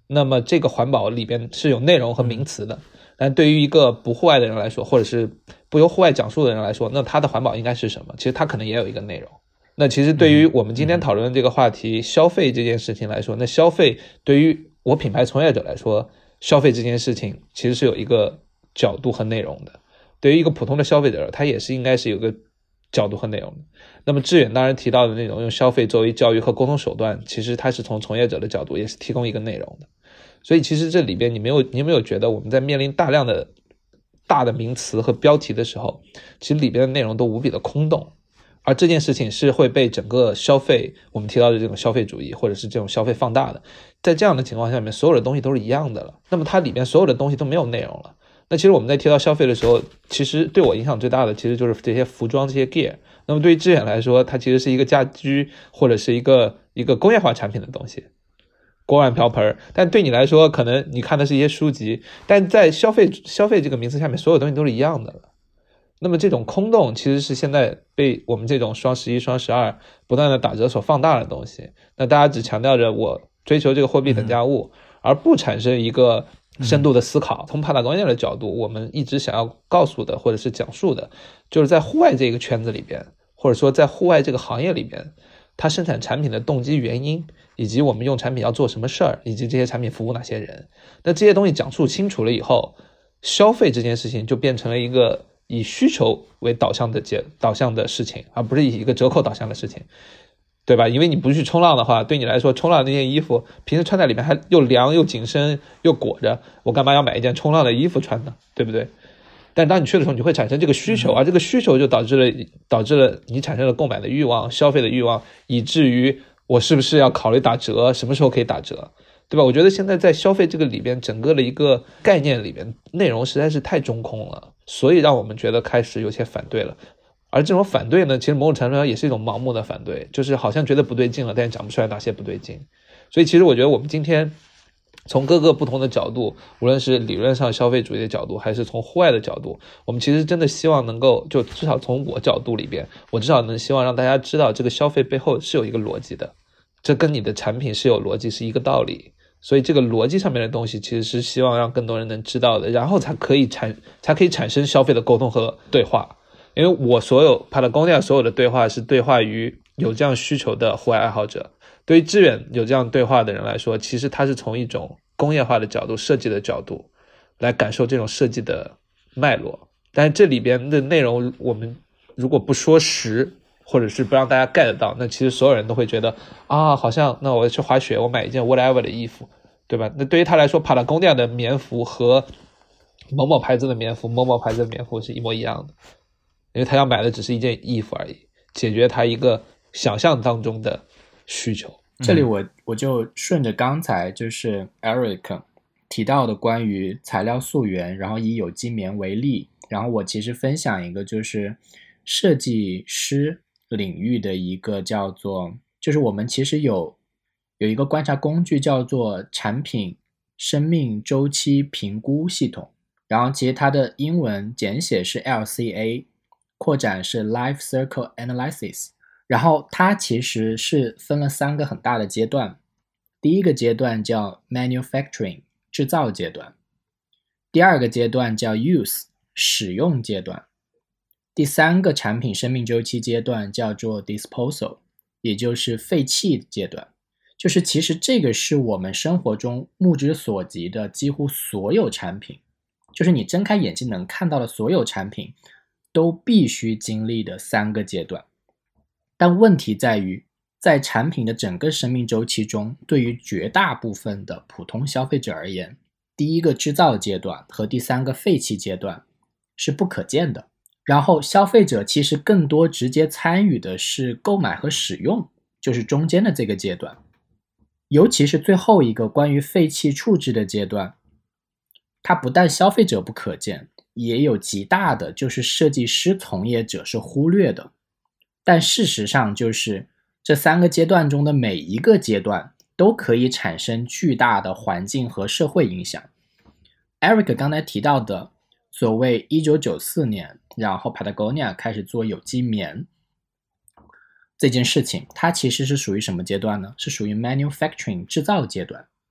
那么这个环保里边是有内容和名词的，但对于一个不户外的人来说，或者是不由户外讲述的人来说，那他的环保应该是什么？其实他可能也有一个内容。那其实对于我们今天讨论的这个话题、嗯、消费这件事情来说，那消费对于我品牌从业者来说，消费这件事情其实是有一个角度和内容的。对于一个普通的消费者，他也是应该是有个角度和内容的。那么志远当然提到的那种用消费作为教育和沟通手段，其实他是从从业者的角度也是提供一个内容的。所以其实这里边你没有你有没有觉得我们在面临大量的大的名词和标题的时候，其实里边的内容都无比的空洞，而这件事情是会被整个消费我们提到的这种消费主义或者是这种消费放大的。在这样的情况下面，所有的东西都是一样的了，那么它里边所有的东西都没有内容了。那其实我们在提到消费的时候，其实对我影响最大的其实就是这些服装这些 gear。 那么对于志远来说，它其实是一个家居或者是一个一个工业化产品的东西，锅碗瓢盆。但对你来说可能你看的是一些书籍，但在消费消费这个名词下面，所有东西都是一样的了。那么这种空洞其实是现在被我们这种双十一双十二不断的打折所放大的东西。那大家只强调着我追求这个货币等价物、嗯、而不产生一个深度的思考。从Patagonia的角度，我们一直想要告诉的或者是讲述的，就是在户外这个圈子里边，或者说在户外这个行业里边，它生产产品的动机原因，以及我们用产品要做什么事儿，以及这些产品服务哪些人。那这些东西讲述清楚了以后，消费这件事情就变成了一个以需求为导向的结导向的事情，而不是以一个折扣导向的事情，对吧？因为你不去冲浪的话，对你来说冲浪那件衣服平时穿在里面还又凉又紧身又裹着，我干嘛要买一件冲浪的衣服穿呢？对不对？但当你去的时候，你会产生这个需求，而这个需求就导致了导致了你产生了购买的欲望、消费的欲望，以至于我是不是要考虑打折，什么时候可以打折，对吧？我觉得现在在消费这个里边，整个的一个概念里边，内容实在是太中空了，所以让我们觉得开始有些反对了。而这种反对呢，其实某种程度上也是一种盲目的反对，就是好像觉得不对劲了，但是讲不出来哪些不对劲。所以其实我觉得我们今天从各个不同的角度，无论是理论上消费主义的角度，还是从户外的角度，我们其实真的希望能够，就至少从我角度里边，我至少能希望让大家知道这个消费背后是有一个逻辑的，这跟你的产品是有逻辑，是一个道理。所以这个逻辑上面的东西其实是希望让更多人能知道的，然后才可以产才可以产生消费的沟通和对话。因为我所有 Patagonia 所有的对话是对话于有这样需求的户外爱好者，对于志远有这样对话的人来说，其实他是从一种工业化的角度、设计的角度来感受这种设计的脉络。但是这里边的内容我们如果不说实，或者是不让大家 get 到，那其实所有人都会觉得啊，好像那我去滑雪，我买一件 whatever 的衣服，对吧？那对于他来说 Patagonia 的棉服和某某牌子的棉服、某某牌子的棉服是一模一样的，因为他要买的只是一件衣服而已，解决他一个想象当中的需求。 这里我我就顺着刚才就是 Eric 提到的关于材料溯源，然后以有机棉为例，然后我其实分享一个就是设计师领域的一个叫做，就是我们其实有有一个观察工具叫做产品生命周期评估系统，然后其实它的英文简写是 L C A， 扩展是 Life Cycle Analysis。 然后它其实是分了三个很大的阶段，第一个阶段叫 Manufacturing 制造阶段，第二个阶段叫 Use 使用阶段，第三个产品生命周期阶段叫做 Disposal， 也就是废弃阶段。就是其实这个是我们生活中目之所及的几乎所有产品，就是你睁开眼睛能看到的所有产品都必须经历的三个阶段。但问题在于，在产品的整个生命周期中，对于绝大部分的普通消费者而言，第一个制造阶段和第三个废弃阶段是不可见的。然后消费者其实更多直接参与的是购买和使用，就是中间的这个阶段。尤其是最后一个关于废弃处置的阶段，它不但消费者不可见，也有极大的就是设计师从业者是忽略的。但事实上就是这三个阶段中的每一个阶段都可以产生巨大的环境和社会影响。 Eric 刚才提到的所谓一九九四年然后 Patagonia 开始做有机棉这件事情，它其实是属于什么阶段呢？是属于 manufacturing 制造阶段。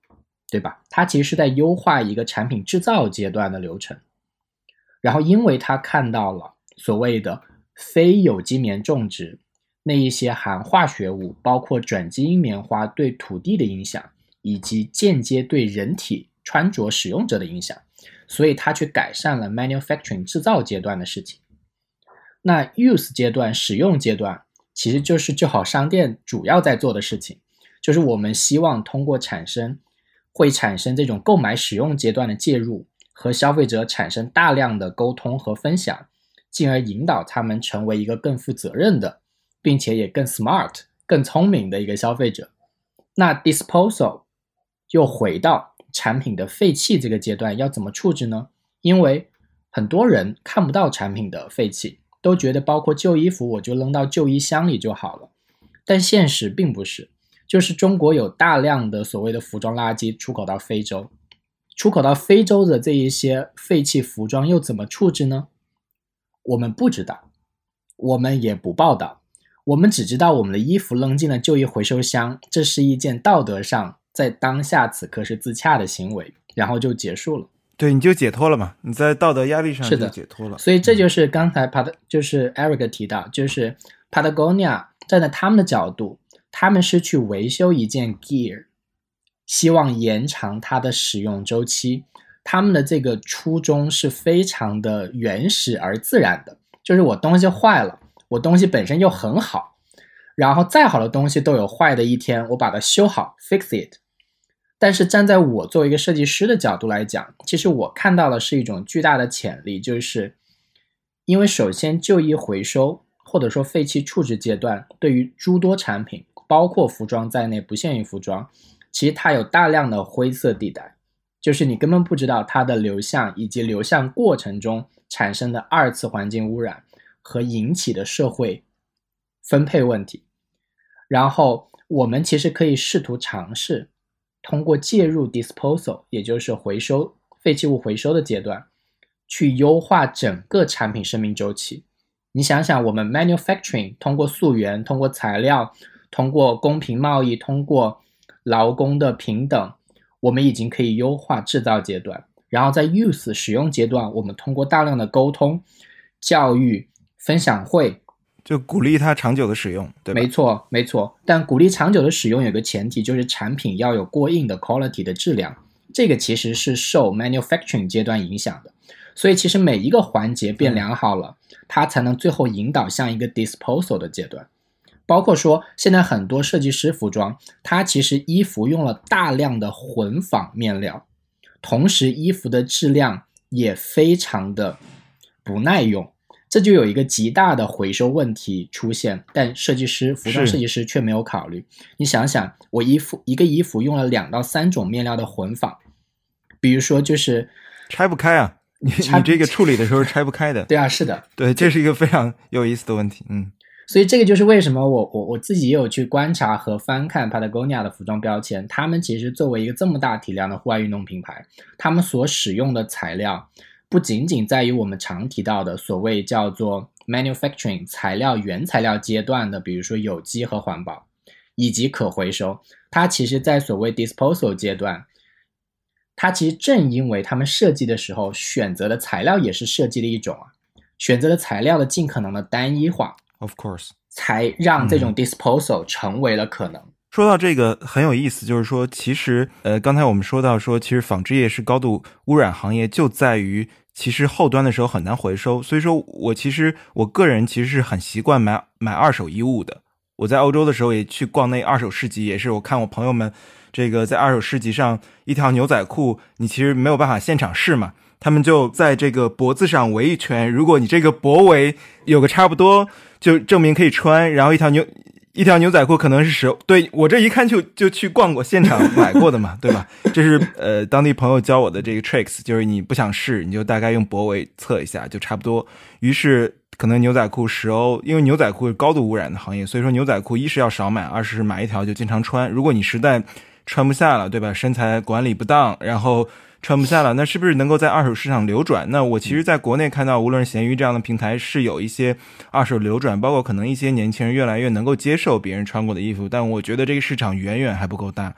对吧？它其实是在优化一个产品制造阶段的流程。然后因为它看到了所谓的非有机棉种植那一些含化学物，包括转基因棉花对土地的影响，以及间接对人体穿着使用者的影响，所以它去改善了 manufacturing 制造阶段的事情。那 use 阶段使用阶段其实就是就好商店主要在做的事情，就是我们希望通过产生会产生这种购买使用阶段的介入，和消费者产生大量的沟通和分享，进而引导他们成为一个更负责任的，并且也更 smart 更聪明的一个消费者。那 disposal 又回到产品的废弃这个阶段，要怎么处置呢？因为很多人看不到产品的废弃，都觉得包括旧衣服我就扔到旧衣箱里就好了，但现实并不是，就是中国有大量的所谓的服装垃圾出口到非洲，出口到非洲的这一些废弃服装又怎么处置呢？我们不知道，我们也不报道，我们只知道我们的衣服扔进了旧衣回收箱，这是一件道德上在当下此刻是自洽的行为，然后就结束了。 对，你就解脱了嘛，你在道德压力上就解脱了。 所以这就是刚才 Pat 就是 Eric 提到，就是 Patagonia 站在他们的角度，他们是去维修一件 gear， 希望延长它的使用周期，他们的这个初衷是非常的原始而自然的，就是我东西坏了，我东西本身又很好，然后再好的东西都有坏的一天，我把它修好 fix it。但是站在我作为一个设计师的角度来讲，其实我看到的是一种巨大的潜力，就是因为首先旧衣回收或者说废弃处置阶段对于诸多产品，包括服装在内，不限于服装，其实它有大量的灰色地带，就是你根本不知道它的流向以及流向过程中产生的二次环境污染和引起的社会分配问题。然后我们其实可以试图尝试通过介入 disposal， 也就是回收废弃物回收的阶段，去优化整个产品生命周期。你想想，我们 manufacturing 通过溯源，通过材料，通过公平贸易，通过劳工的平等，我们已经可以优化制造阶段。然后在 use 使用阶段，我们通过大量的沟通、教育、分享会， 就鼓励它长久的使用，对吧？ 没错，没错。但鼓励长久的使用有个前提，就是产品要有过硬的 quality 的质量，这个其实是受 manufacturing 阶段影响的。所以其实每一个环节变良好了，它才能最后引导向一个 disposal 的阶段。包括说现在很多设计师服装，它其实衣服用了大量的混纺面料，同时衣服的质量也非常的不耐用，这就有一个极大的回收问题出现，但设计师服装设计师却没有考虑。你想想，我衣服一个衣服用了两到三种面料的混纺，比如说就是拆不开啊，你你这个处理的时候拆不开的。 对啊，是的， 对，这是一个非常有意思的问题。嗯， 所以这个就是为什么我我我自己也有去观察和翻看 Patagonia 的服装标签，他们其实作为一个这么大体量的户外运动品牌，他们所使用的材料不仅仅在于我们常提到的所谓叫做 manufacturing 材料原材料阶段的，比如说有机和环保以及可回收，它其实在所谓 disposal 阶段，它其实正因为他们设计的时候选择的材料也是设计的一种啊，选择的材料的尽可能的单一化 Of course， 才让这种 disposal 成为了可能。 嗯，说到这个很有意思，就是说其实呃，刚才我们说到说其实纺织业是高度污染行业，就在于其实后端的时候很难回收。所以说我其实我个人其实是很习惯买买二手衣物的。我在欧洲的时候也去逛那二手市集，也是我看我朋友们这个在二手市集上，一条牛仔裤你其实没有办法现场试嘛，他们就在这个脖子上围一圈，如果你这个脖围有个差不多就证明可以穿，然后一条牛一条牛仔裤可能是十，对，我这一看就就去逛过现场买过的嘛，对吧？这是呃当地朋友教我的这个 tricks， 就是你不想试，你就大概用脖围测一下就差不多。于是可能牛仔裤十欧，因为牛仔裤是高度污染的行业，所以说牛仔裤一是要少买，二是买一条就经常穿。如果你实在穿不下了，对吧？身材管理不当，然后穿不下了，那是不是能够在二手市场流转？那我其实在国内看到无论是闲鱼这样的平台是有一些二手流转，包括可能一些年轻人越来越能够接受别人穿过的衣服，但我觉得这个市场远远还不够大。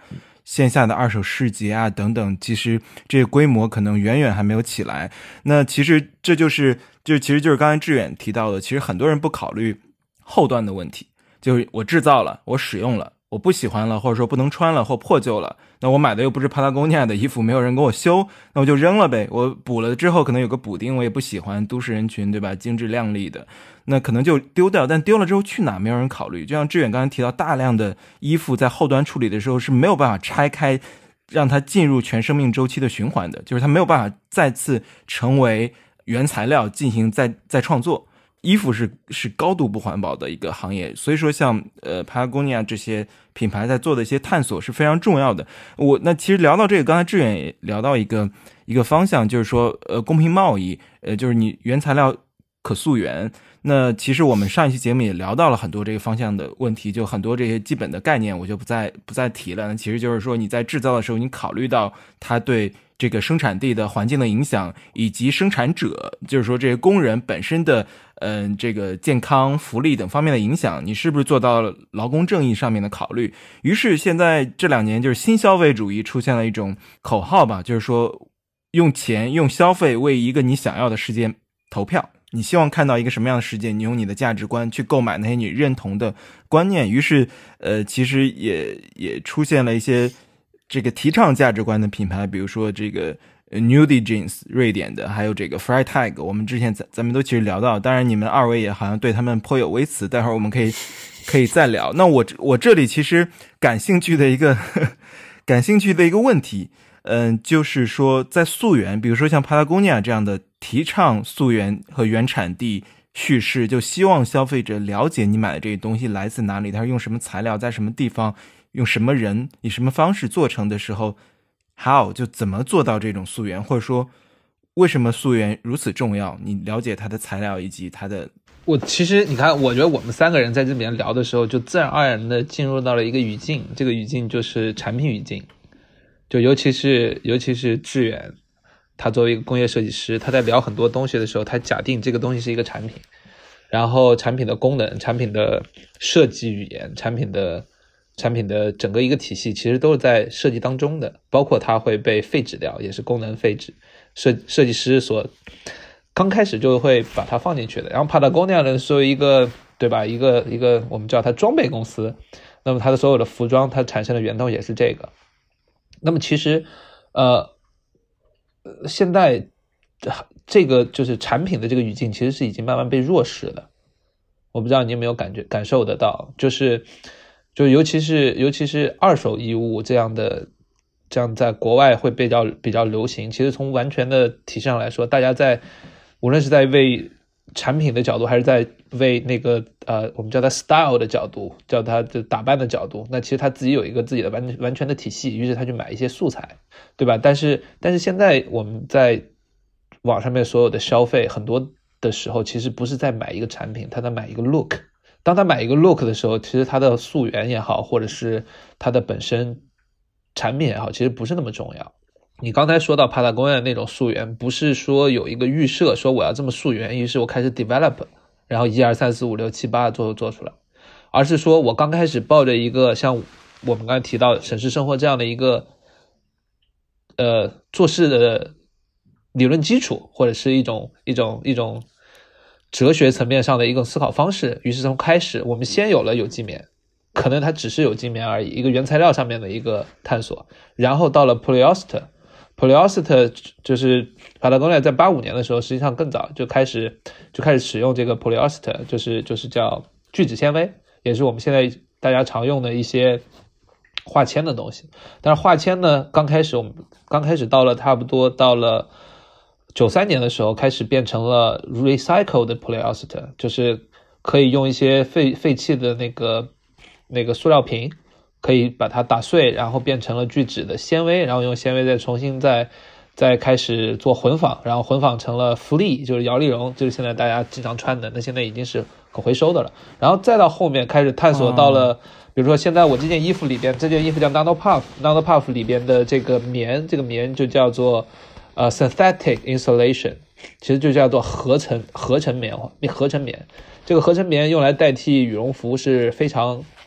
线下的二手市集啊等等，其实这个规模可能远远还没有起来。那其实这就是就其实就是刚才志远提到的，其实很多人不考虑后端的问题，就是我制造了，我使用了，我不喜欢了，或者说不能穿了或破旧了，那我买的又不是 Patagonia 的衣服，没有人给我修，那我就扔了呗。我补了之后可能有个补丁我也不喜欢，都市人群对吧，精致亮丽的，那可能就丢掉，但丢了之后去哪没有人考虑。就像志远刚才提到，大量的衣服在后端处理的时候是没有办法拆开让它进入全生命周期的循环的，就是它没有办法再次成为原材料进行再再创作。衣服是是高度不环保的一个行业，所以说像呃 Patagonia 这些品牌在做的一些探索是非常重要的。我那其实聊到这个，刚才志远也聊到一个一个方向，就是说呃公平贸易，呃就是你原材料可溯源。那其实我们上一期节目也聊到了很多这个方向的问题，就很多这些基本的概念我就不再不再提了。那其实就是说你在制造的时候，你考虑到它对这个生产地的环境的影响，以及生产者，就是说这些工人本身的嗯、呃、这个健康福利等方面的影响，你是不是做到了劳工正义上面的考虑。于是现在这两年就是新消费主义出现了一种口号吧，就是说用钱用消费为一个你想要的世界投票，你希望看到一个什么样的世界，你用你的价值观去购买那些你认同的观念。于是呃其实也也出现了一些这个提倡价值观的品牌，比如说这个 Nudie Jeans 瑞典的，还有这个 Freitag， 我们之前咱咱们都其实聊到，当然你们二位也好像对他们颇有微词，待会儿我们可以可以再聊。那我我这里其实感兴趣的一个呵呵感兴趣的一个问题，嗯，就是说在溯源，比如说像 Patagonia 这样的提倡溯源和原产地叙事，就希望消费者了解你买的这个东西来自哪里，它是用什么材料，在什么地方，用什么人，以什么方式做成的时候 how 就怎么做到这种溯源，或者说为什么溯源如此重要，你了解它的材料以及它的。 我其实你看，我觉得我们三个人在这边聊的时候就自然而然的进入到了一个语境，这个语境就是产品语境，就尤其是尤其是志远，他作为一个工业设计师，他在聊很多东西的时候，他假定这个东西是一个产品，然后产品的功能，产品的设计语言，产品的产品的整个一个体系其实都是在设计当中的，包括它会被废止掉，也是功能废止，设设计师所刚开始就会把它放进去的。然后 Patagonia 呢，作为一个对吧，一个一个我们叫它装备公司，那么它的所有的服装它产生的源头也是这个。那么其实呃现在这个就是产品的这个语境其实是已经慢慢被弱势了，我不知道你有没有感觉感受得到，就是就尤其是尤其是二手衣物这样的，这样在国外会比较比较流行。其实从完全的体系上来说，大家在无论是在为产品的角度，还是在为那个呃我们叫它 style 的角度，叫它的打扮的角度，那其实他自己有一个自己的完完全的体系，于是他去买一些素材，对吧？但是但是现在我们在网上面所有的消费，很多的时候其实不是在买一个产品，他在买一个 look。当他买一个 look 的时候，其实他的溯源也好，或者是他的本身产品也好，其实不是那么重要。你刚才说到 Patagonia 那种溯源，不是说有一个预设说我要这么溯源，于是我开始 develop， 然后一二三四五六七八做做出来，而是说我刚开始抱着一个像我们刚才提到城市生活这样的一个呃做事的理论基础，或者是一种一种一种哲学层面上的一个思考方式。于是从开始我们先有了有机棉，可能它只是有机棉而已，一个原材料上面的一个探索，然后到了 polyester polyester 就是 Patagonia 在八五年的时候，实际上更早就开始就开始使用这个 polyester， 就是就是叫聚酯纤维，也是我们现在大家常用的一些化纤的东西。但是化纤呢，刚开始我们刚开始到了差不多到了九三年的时候，开始变成了 recycle 的 polyester， 就是可以用一些废废弃的那个那个塑料瓶，可以把它打碎，然后变成了聚酯的纤维，然后用纤维再重新再再开始做混纺，然后混纺成了 fleece， 就是摇粒绒，就是现在大家经常穿的，那现在已经是可回收的了。然后再到后面开始探索到了、哦、比如说现在我这件衣服里边，这件衣服叫 nano puff nano puff 里边的这个棉，这个棉就叫做呃 synthetic insulation， 其实就叫做合成合成棉合成棉。这个合成棉用来代替羽绒服是非常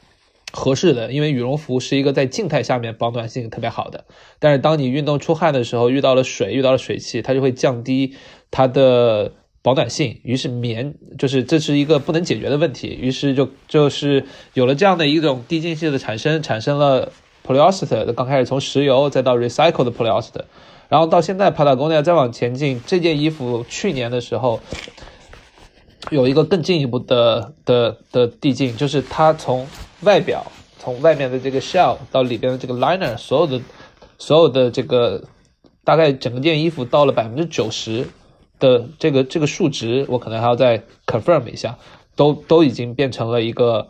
合适的，因为羽绒服是一个在静态下面保暖性特别好的，但是当你运动出汗的时候，遇到了水，遇到了水汽，它就会降低它的保暖性，于是棉就是这是一个不能解决的问题，于是就就是有了这样的一种递进性的产生，产生了 polyester， 刚开始从石油再到 recycle 的 polyester， 然后到现在 Patagonia 再往前进，这件衣服去年的时候有一个更进一步的的的递进，就是它从外表，从外面的这个 shell 到里边的这个 liner， 所有的所有的这个大概整个件衣服到了 百分之九十 的这个这个数值，我可能还要再 confirm 一下，都都已经变成了一个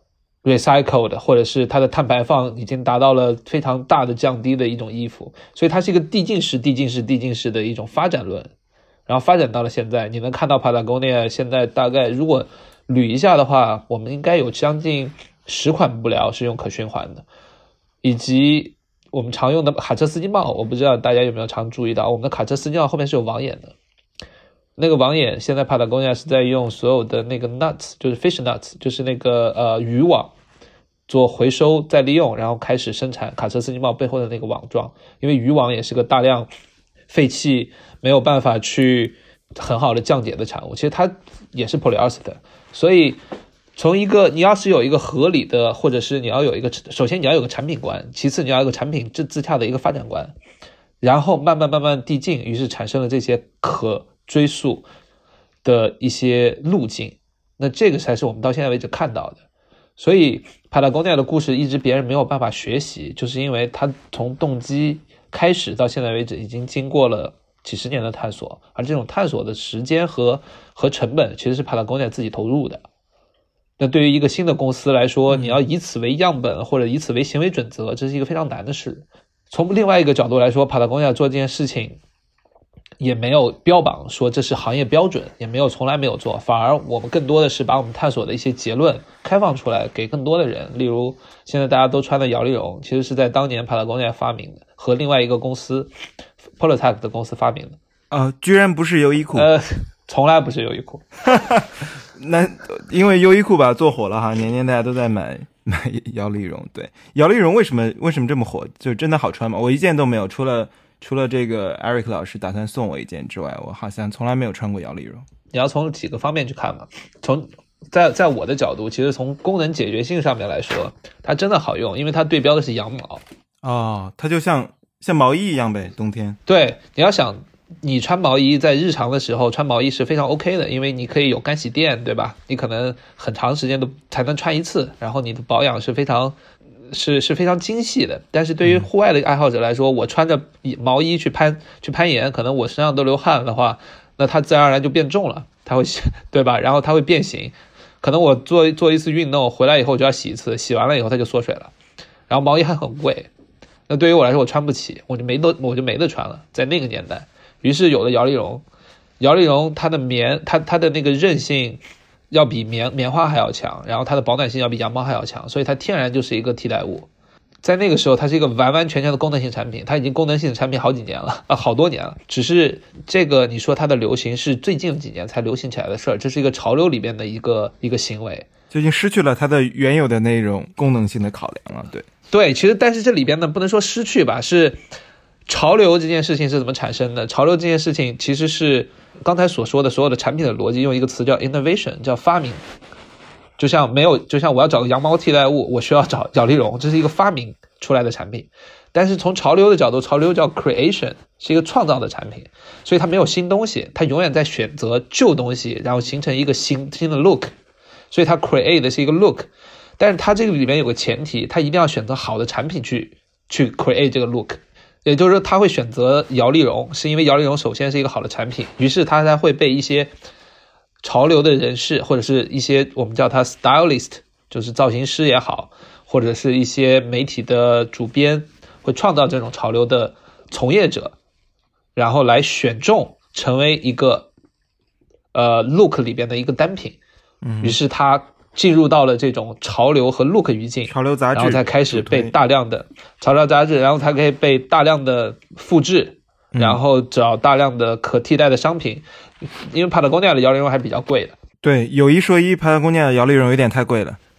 recycled， 或者是它的碳排放已经达到了非常大的降低的一种衣服，所以它是一个递进式递进式递进式的一种发展论，然后发展到了现在，你能看到 Patagonia 现在大概如果捋一下的话，我们应该有将近十款布料是用可循环的，以及我们常用的卡车司机帽，我不知道大家有没有常注意到，我们的卡车司机帽后面是有网眼的，那个网眼现在 Patagonia 是在用所有的那个 nuts， 就是 fish nuts， 就是那个呃渔网做回收再利用，然后开始生产卡车司机帽背后的那个网状，因为渔网也是个大量废弃没有办法去很好的降解的产物，其实它也是 polyester， 所以从一个你要是有一个合理的，或者是你要有一个，首先你要有个产品观，其次你要有个产品自自洽的一个发展观，然后慢慢慢慢递进，于是产生了这些可追溯的一些路径，那这个才是我们到现在为止看到的。所以 Patagonia 的故事一直别人没有办法学习，就是因为它从动机开始到现在为止已经经过了几十年的探索，而这种探索的时间和和成本其实是 Patagonia 自己投入的。那对于一个新的公司来说，你要以此为样本或者以此为行为准则，这是一个非常难的事。从另外一个角度来说， Patagonia 做这件事情也没有标榜说这是行业标准，也没有从来没有做，反而我们更多的是把我们探索的一些结论开放出来给更多的人。例如现在大家都穿的摇粒绒，其实是在当年 Patagonia 发明的，和另外一个公司 Polytech 的公司发明的。 呃，居然不是优衣库？ 呃，从来不是优衣库。 那因为优衣库吧做火了哈，年年大家都在买买摇粒绒。对，摇粒绒为什么为什么这么火？就真的好穿吗？我一件都没有，除了除了这个 Eric 老师打算送我一件之外，我好像从来没有穿过摇粒绒。 你要从几个方面去看嘛。从在在我的角度，其实从功能解决性上面来说，它真的好用，因为它对标的是羊毛。 哦，它就像像毛衣一样呗，冬天。 对，你要想你穿毛衣在日常的时候穿毛衣是非常 OK 的，因为你可以有干洗店，对吧？你可能很长时间都才能穿一次，然后你的保养是非常是是非常精细的。但是对于户外的爱好者来说，我穿着毛衣去攀去攀岩，可能我身上都流汗的话，那它自然而然就变重了，它会对吧？然后它会变形，可能我做做一次运动回来以后就要洗一次，洗完了以后它就缩水了，然后毛衣还很贵，那对于我来说我穿不起，我就没得我就没得穿了，在那个年代。于是有了摇粒绒，摇粒绒它的棉它它的那个韧性要比棉棉花还要强，然后它的保暖性要比羊毛还要强，所以它天然就是一个替代物。在那个时候它是一个完完全全的功能性产品，它已经功能性的产品好几年了啊，好多年了。只是这个你说它的流行是最近几年才流行起来的事儿，这是一个潮流里边的一个一个行为， 就已经失去了它的原有的那种功能性的考量了。对对，其实但是这里边呢不能说失去吧，是潮流这件事情是怎么产生的？潮流这件事情其实是刚才所说的所有的产品的逻辑，用一个词叫 innovation， 叫发明。就像没有，就像我要找个羊毛替代物，我需要找摇粒绒，这是一个发明出来的产品。但是从潮流的角度，潮流叫 creation， 是一个创造的产品，所以它没有新东西，它永远在选择旧东西，然后形成一个新新的 look， 所以它 create 的是一个 look。但是它这个里面有个前提，它一定要选择好的产品去去 create 这个 look。也就是说他会选择摇粒绒，是因为摇粒绒首先是一个好的产品，于是他才会被一些潮流的人士或者是一些我们叫他 stylist， 就是造型师也好，或者是一些媒体的主编会创造这种潮流的从业者，然后来选中成为一个呃 look 里边的一个单品，于是他进入到了这种潮流和 look 语境， 潮流杂志， 然后才开始被大量的潮流杂志，然后才可以被大量的复制，然后找大量的可替代的商品，因为 Patagonia 的摇粒绒还比较贵的。 对，有一说一， Patagonia 的摇粒绒有点太贵了。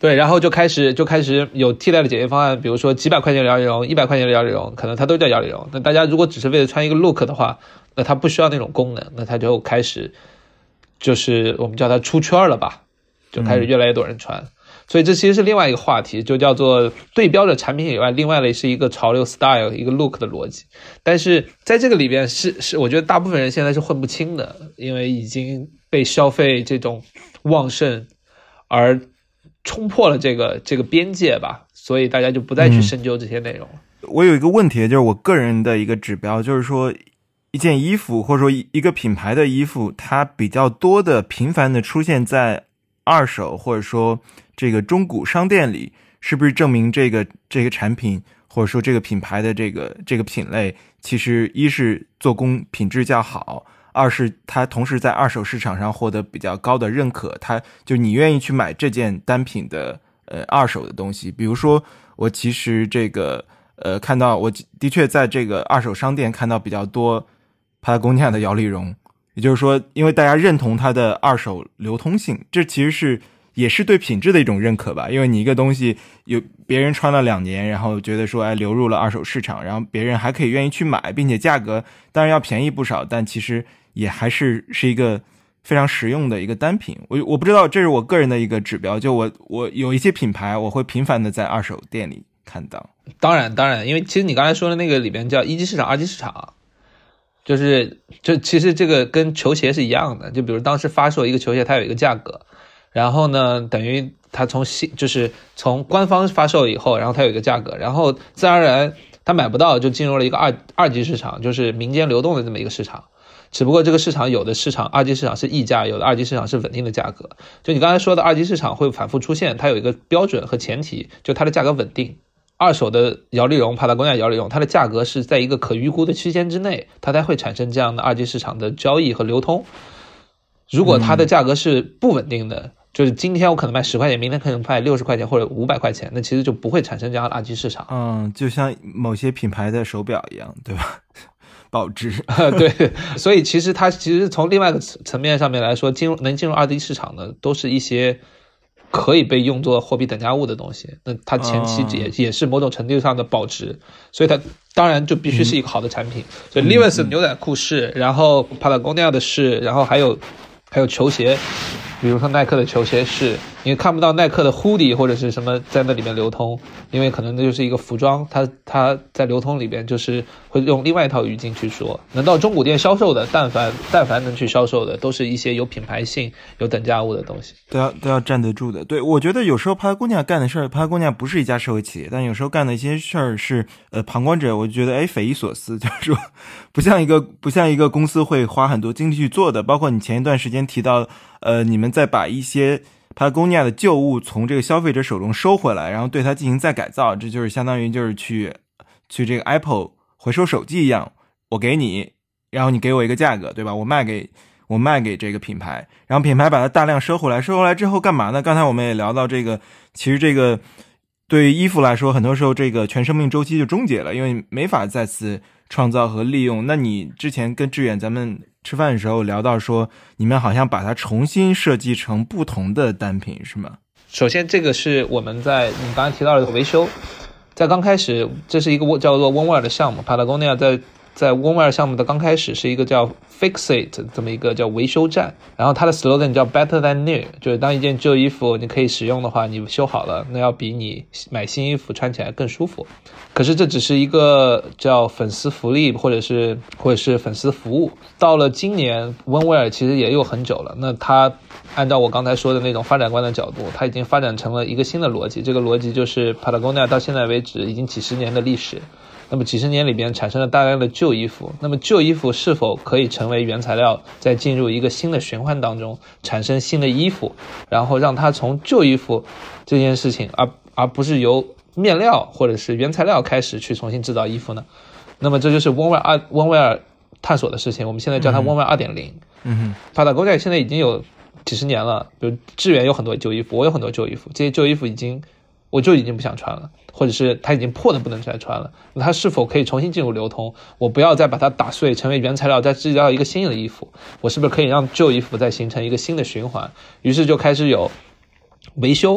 对，然后就开始就开始有替代的解决方案，比如说几百块钱的摇粒绒，一百块钱的摇粒绒，可能它都叫摇粒绒。那大家如果只是为了穿一个 look 的话，那它不需要那种功能，那它就开始就是我们叫它出圈了吧，就开始越来越多人穿。嗯，所以这其实是另外一个话题，就叫做对标着产品以外，另外的是一个潮流 style 一个 look 的逻辑。但是在这个里边是是我觉得大部分人现在是混不清的，因为已经被消费这种旺盛而冲破了这个这个边界吧，所以大家就不再去深究这些内容了。 嗯，我有一个问题，就是我个人的一个指标，就是说一件衣服或者说一个品牌的衣服，它比较多的频繁的出现在二手或者说这个中古商店里，是不是证明这个这个产品或者说这个品牌的这个这个品类，其实一是做工品质较好，二是它同时在二手市场上获得比较高的认可，它就你愿意去买这件单品的呃二手的东西。比如说我其实这个呃看到我的确在这个二手商店看到比较多帕塔哥尼亚的摇粒绒，也就是说因为大家认同它的二手流通性，这其实是也是对品质的一种认可吧。因为你一个东西有别人穿了两年，然后觉得说哎流入了二手市场，然后别人还可以愿意去买，并且价格当然要便宜不少，但其实也还是是一个非常实用的一个单品。我我不知道，这是我个人的一个指标，就我我有一些品牌我会频繁的在二手店里看到。 当然当然，因为其实你刚才说的那个里边叫一级市场二级市场，就是就其实这个跟球鞋是一样的，就比如当时发售一个球鞋它有一个价格，然后呢等于它从就是从官方发售以后，然后它有一个价格，然后自然而然它买不到，就进入了一个二二级市场，就是民间流动的这么一个市场。只不过这个市场有的市场二级市场是溢价，有的二级市场是稳定的价格。就你刚才说的二级市场会反复出现，它有一个标准和前提，就它的价格稳定。二手的摇粒绒，帕塔哥尼亚摇粒绒，它的价格是在一个可预估的区间之内，它才会产生这样的二级市场的交易和流通。如果它的价格是不稳定的，就是今天我可能卖十块钱，明天可能卖六十块钱或者五百块钱，那其实就不会产生这样的二级市场。 嗯，就像某些品牌的手表一样，对吧？保值。 对，所以其实它其实从另外一个层面上面来说，进入能进入二级市场的都是一些可以被用作货币等价物的东西，那它前期也、哦、也是某种程度上的保值，所以它当然就必须是一个好的产品。嗯、所以 Levi's 牛仔裤是，然后 Patagonia 的是，然后还有还有球鞋，比如说耐克的球鞋是，你看不到耐克的 hoodie 或者是什么在那里面流通，因为可能那就是一个服装，它它在流通里边就是会用另外一套语境去说。能到中古店销售的，但凡但凡能去销售的，都是一些有品牌性、有等价物的东西， 都要都要站得住的。对，我觉得有时候帕塔哥尼亚干的事儿，帕塔哥尼亚不是一家社会企业，但有时候干的一些事儿是呃旁观者，我就觉得哎匪夷所思，就是说不像一个不像一个公司会花很多精力去做的。包括你前一段时间提到，呃，你们在把一些帕塔哥尼亚的旧物从这个消费者手中收回来，然后对它进行再改造，这就是相当于就是去去这个 Apple 回收手机一样，我给你，然后你给我一个价格，对吧？我卖给我卖给这个品牌，然后品牌把它大量收回来，收回来之后干嘛呢？刚才我们也聊到这个，其实这个对于衣服来说，很多时候这个全生命周期就终结了，因为没法再次创造和利用。那你之前跟志远咱们吃饭的时候聊到说，你们好像把它重新设计成不同的单品，是吗？ 首先这个是我们在你刚才提到的维修，在刚开始这是一个叫做 Oneware 的项目， Patagonia 在在 Oneware 项目的刚开始是一个叫 Fixate 这么一个叫维修站，然后它的 slogan 叫 Better than new， 就是当一件旧衣服你可以使用的话，你修好了那要比你买新衣服穿起来更舒服。可是这只是一个叫粉丝福利或者是或者是粉丝服务。到了今年 Oneware 其实也有很久了，那它按照我刚才说的那种发展观的角度，它已经发展成了一个新的逻辑，这个逻辑就是 Patagonia 到现在为止已经几十年的历史，那么几十年里边产生了大量的旧衣服，那么旧衣服是否可以成为原材料，再进入一个新的循环当中，产生新的衣服，然后让它从旧衣服这件事情而而不是由面料或者是原材料开始去重新制造衣服呢？那么这就是 Oneware Oneware 探索的事情，我们现在叫它 Oneware 二点零。嗯哼 Patagonia 现在已经有几十年了，比如志远有很多旧衣服，我有很多旧衣服，这些旧衣服已经我就已经不想穿了，或者是它已经破的不能再穿了，那它是否可以重新进入流通？我不要再把它打碎成为原材料，再制造一个新的衣服，我是不是可以让旧衣服再形成一个新的循环？于是就开始有维修，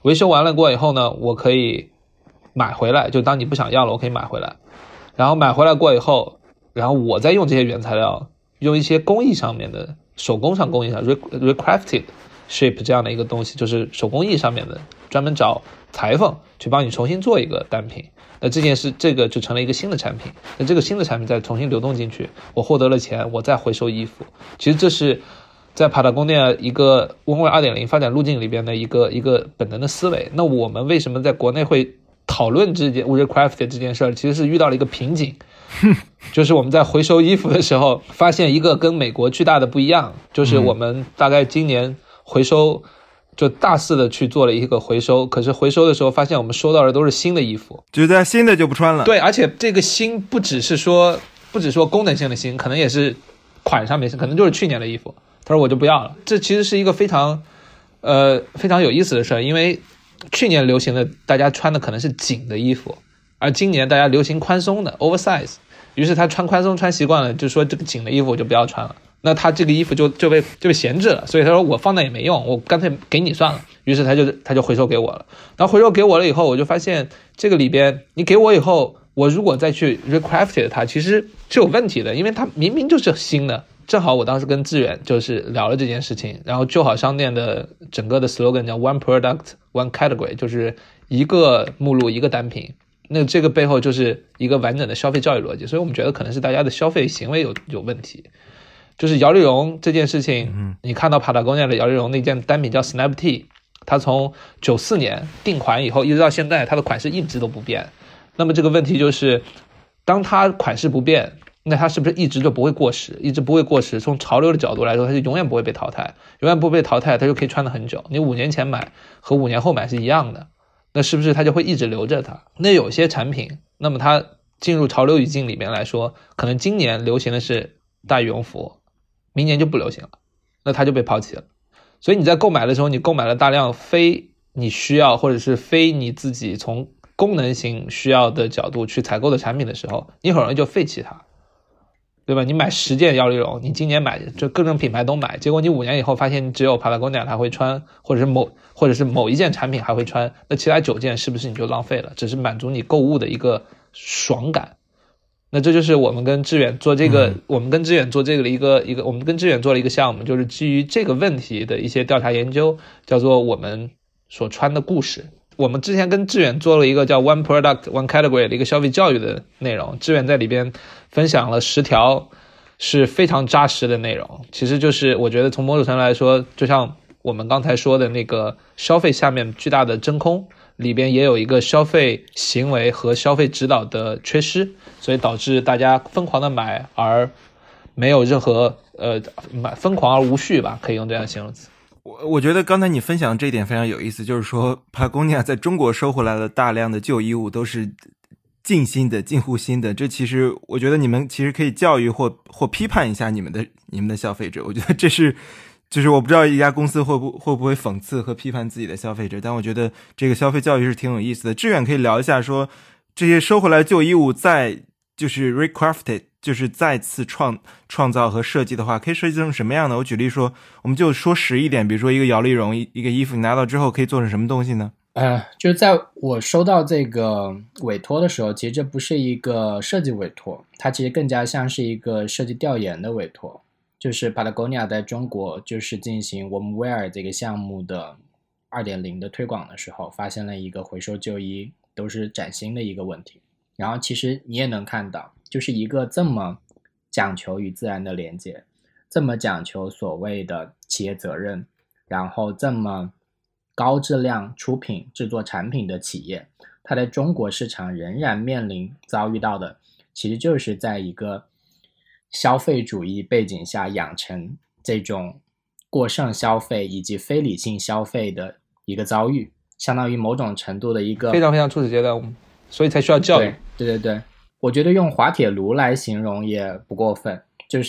维修完了过以后呢，我可以买回来，就当你不想要了，我可以买回来。然后买回来过以后，然后我再用这些原材料，用一些工艺上面的手工上工艺上 recrafted shape 这样的一个东西，就是手工艺上面的，专门找裁缝去帮你重新做一个单品。那这件事，这个就成了一个新的产品。那这个新的产品再重新流动进去，我获得了钱，我再回收衣服。其实这是在 Patagonia 一个温卫 二点零 发展路径里边的一个一个本能的思维。那我们为什么在国内会讨论这件 recrafted 这件事儿，其实是遇到了一个瓶颈，就是我们在回收衣服的时候发现一个跟美国巨大的不一样，就是我们大概今年回收就大肆的去做了一个回收，可是回收的时候发现我们收到的都是新的衣服， 就是在新的就不穿了。 对，而且这个新不只是说不只说功能性的新，可能也是款上面新，可能就是去年的衣服，他说我就不要了。这其实是一个非常呃非常有意思的事儿，因为去年流行的大家穿的可能是紧的衣服，而今年大家流行宽松的 oversize， 于是他穿宽松穿习惯了，就说这个紧的衣服我就不要穿了，那他这个衣服就就被就被闲置了，所以他说我放那也没用，我干脆给你算了，于是他就他就回收给我了。然后回收给我了以后，我就发现这个里边你给我以后，我如果再去 recrafted 它，其实是有问题的，因为它明明就是新的。正好我当时跟志远就是聊了这件事情，然后就好商店的整个的 slogan 叫 one product one category， 就是一个目录一个单品，那这个背后就是一个完整的消费教育逻辑，所以我们觉得可能是大家的消费行为有有问题。就是摇粒绒这件事情，你看到 Patagonia 的摇粒绒那件单品叫 Snap Tee， 它从九四年定款以后一直到现在，它的款式一直都不变。那么这个问题就是，当它款式不变，那它是不是一直就不会过时？一直不会过时，从潮流的角度来说，它就永远不会被淘汰，永远不会被淘汰，它就可以穿得很久。你五年前买和五年后买是一样的，那是不是它就会一直留着它？那有些产品，那么它进入潮流语境里面来说，可能今年流行的是大羽绒服，明年就不流行了，那它就被抛弃了。所以你在购买的时候，你购买了大量非你需要或者是非你自己从功能性需要的角度去采购的产品的时候，你很容易就废弃它，对吧？你买十件摇粒绒，你今年买就各种品牌都买，结果你五年以后发现你只有 Patagonia 还会穿，或者是某或者是某一件产品还会穿，那其他九件是不是你就浪费了？只是满足你购物的一个爽感。那这就是我们跟志远做这个、嗯、我们跟志远做这个的一个一个我们跟志远做了一个项目，就是基于这个问题的一些调查研究，叫做我们所穿的故事。我们之前跟志远做了一个叫 One Product One Category 的一个消费教育的内容，志远在里边分享了十条是非常扎实的内容。其实就是我觉得从某种程度来说，就像我们刚才说的那个消费下面巨大的真空里边也有一个消费行为和消费指导的缺失，所以导致大家疯狂的买而没有任何呃买疯狂而无序吧，可以用这样形容词。 我我觉得刚才你分享这一点非常有意思，就是说 Patagonia 在中国收回来了大量的旧衣物，都是近新的近乎新的，这其实我觉得你们其实可以教育或或批判一下你们的你们的消费者。我觉得这是就是我不知道一家公司会不会不会讽刺和批判自己的消费者，但我觉得这个消费教育是挺有意思的。志远可以聊一下说这些收回来旧衣物再就是 recrafted， 就是再次创创造和设计的话，可以设计成什么样的？我举例说，我们就说实一点，比如说一个摇粒绒一个衣服，你拿到之后可以做成什么东西呢？ 呃，就是在我收到这个委托的时候，其实这不是一个设计委托，它其实更加像是一个设计调研的委托。就是 Patagonia 在中国就是进行 Warmwear 这个项目的 二点零 的推广的时候，发现了一个回收旧衣都是崭新的一个问题。然后其实你也能看到，就是一个这么讲求与自然的连接，这么讲求所谓的企业责任，然后这么高质量出品制作产品的企业，它在中国市场仍然面临遭遇到的，其实就是在一个消费主义背景下养成这种过剩消费以及非理性消费的一个遭遇，相当于某种程度的一个非常非常初始阶段，所以才需要教育。 对对对对，我觉得用滑铁卢来形容也不过分，就是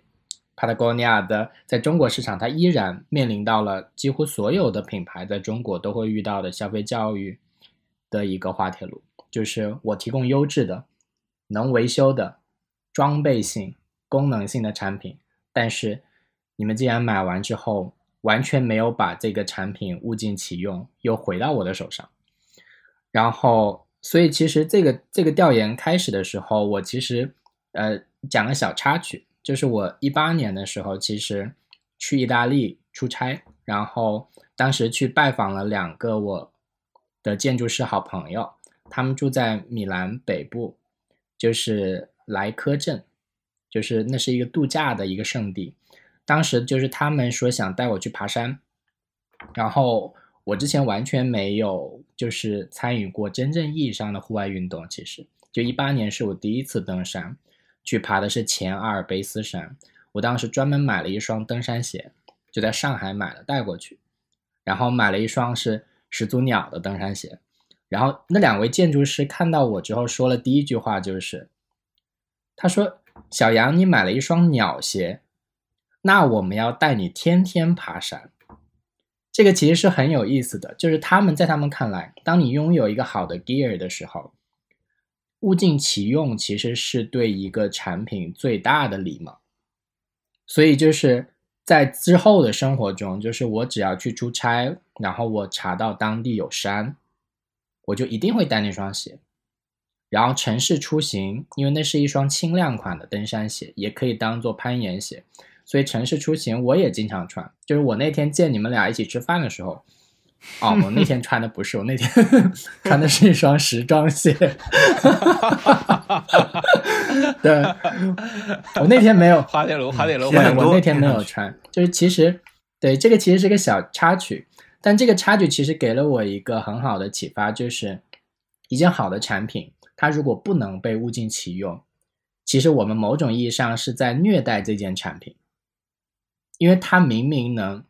Patagonia 的在中国市场，它依然面临到了几乎所有的品牌在中国都会遇到的消费教育的一个滑铁卢，就是我提供优质的、能维修的、装备性、功能性的产品，但是你们既然买完之后完全没有把这个产品物尽其用，又回到我的手上。然后所以其实这个这个调研开始的时候，我其实呃讲个小插曲，就是我一八年的时候其实去意大利出差，然后当时去拜访了两个我的建筑师好朋友，他们住在米兰北部，就是莱科镇，就是那是一个度假的一个圣地。当时就是他们说想带我去爬山，然后我之前完全没有就是参与过真正意义上的户外运动，其实就一八年是我第一次登山，去爬的是前阿尔卑斯山。我当时专门买了一双登山鞋，就在上海买了带过去，然后买了一双是始祖鸟的登山鞋。然后那两位建筑师看到我之后说了第一句话就是，他说小杨你买了一双鸟鞋，那我们要带你天天爬山。这个其实是很有意思的，就是他们在他们看来，当你拥有一个好的 gear 的时候，物尽其用其实是对一个产品最大的礼貌。所以就是在之后的生活中，就是我只要去出差，然后我查到当地有山，我就一定会带那双鞋。然后城市出行，因为那是一双轻量款的登山鞋，也可以当做攀岩鞋，所以城市出行我也经常穿。就是我那天见你们俩一起吃饭的时候，哦，我那天穿的不是，我那天穿的是一双时装鞋。对，我那天没有滑铁卢，滑铁卢， 对，我那天没有穿。就是其实，对，这个其实是个小插曲，但这个插曲其实给了我一个很好的启发，就是一件好的产品，它如果不能被物尽其用，其实我们某种意义上是在虐待这件产品，因为它明明能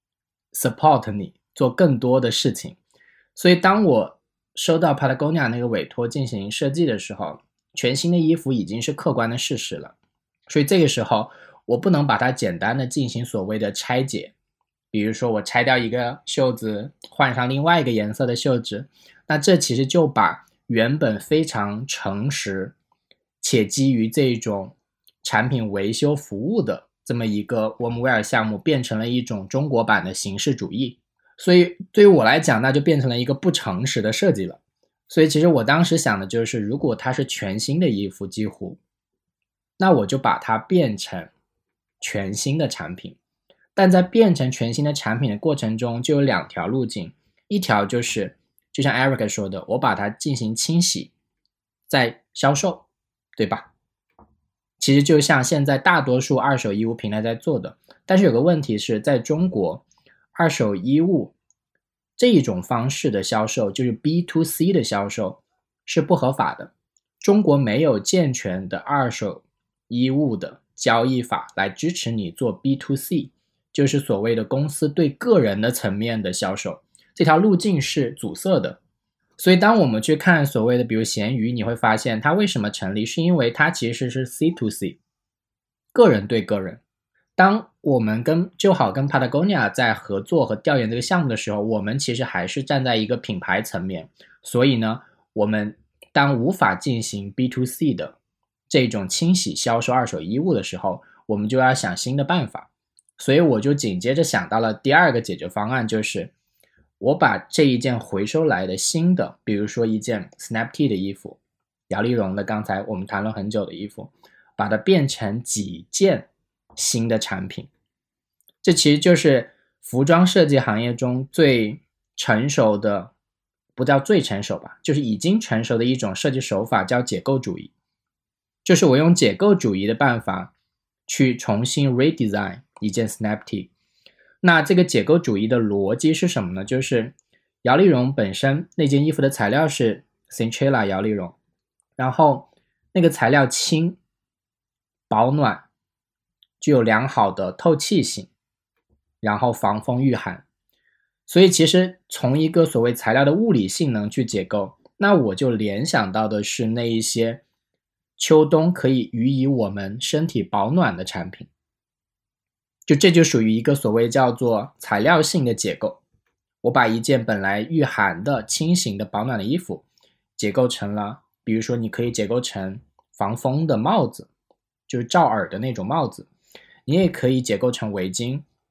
support 你做更多的事情。所以当我收到 Patagonia 那个委托进行设计的时候，全新的衣服已经是客观的事实了，所以这个时候我不能把它简单的进行所谓的拆解，比如说我拆掉一个袖子换上另外一个颜色的袖子，那这其实就把原本非常诚实且基于这种产品维修服务的这么一个 Warmwear 项目变成了一种中国版的形式主义。所以对于我来讲，那就变成了一个不诚实的设计了。所以其实我当时想的就是，如果它是全新的衣服几乎，那我就把它变成全新的产品。但在变成全新的产品的过程中，就有两条路径。一条就是就像 Eric 说的，我把它进行清洗再销售，对吧？其实就像现在大多数二手衣物平台在做的。但是有个问题是，在中国二手衣物这一种方式的销售，就是 B to C 的销售是不合法的。中国没有健全的二手衣物的交易法来支持你做 B to C， 就是所谓的公司对个人的层面的销售，这条路径是阻塞的。所以当我们去看所谓的比如闲鱼，你会发现它为什么成立，是因为它其实是 C to C， 个人对个人。当我们跟就好跟 Patagonia 在合作和调研这个项目的时候，我们其实还是站在一个品牌层面，所以呢，我们当无法进行 B to C 的这种清洗销售二手衣物的时候，我们就要想新的办法。所以我就紧接着想到了第二个解决方案，就是我把这一件回收来的新的，比如说一件 Snaptee 的衣服，摇粒绒的刚才我们谈论很久的衣服，把它变成几件新的产品。这其实就是服装设计行业中最成熟的，不叫最成熟吧，就是已经成熟的一种设计手法，叫解构主义。就是我用解构主义的办法去重新 redesign 一件 Snaptee。 那这个解构主义的逻辑是什么呢？就是摇粒绒本身那件衣服的材料是 Cinchella 摇粒绒，然后那个材料轻、保暖，具有良好的透气性，然后防风御寒。所以其实从一个所谓材料的物理性能去解构，那我就联想到的是那一些秋冬可以予以我们身体保暖的产品。就这就属于一个所谓叫做材料性的解构。我把一件本来御寒的轻型的保暖的衣服解构成了，比如说你可以解构成防风的帽子，就是罩耳的那种帽子，你也可以解构成围巾，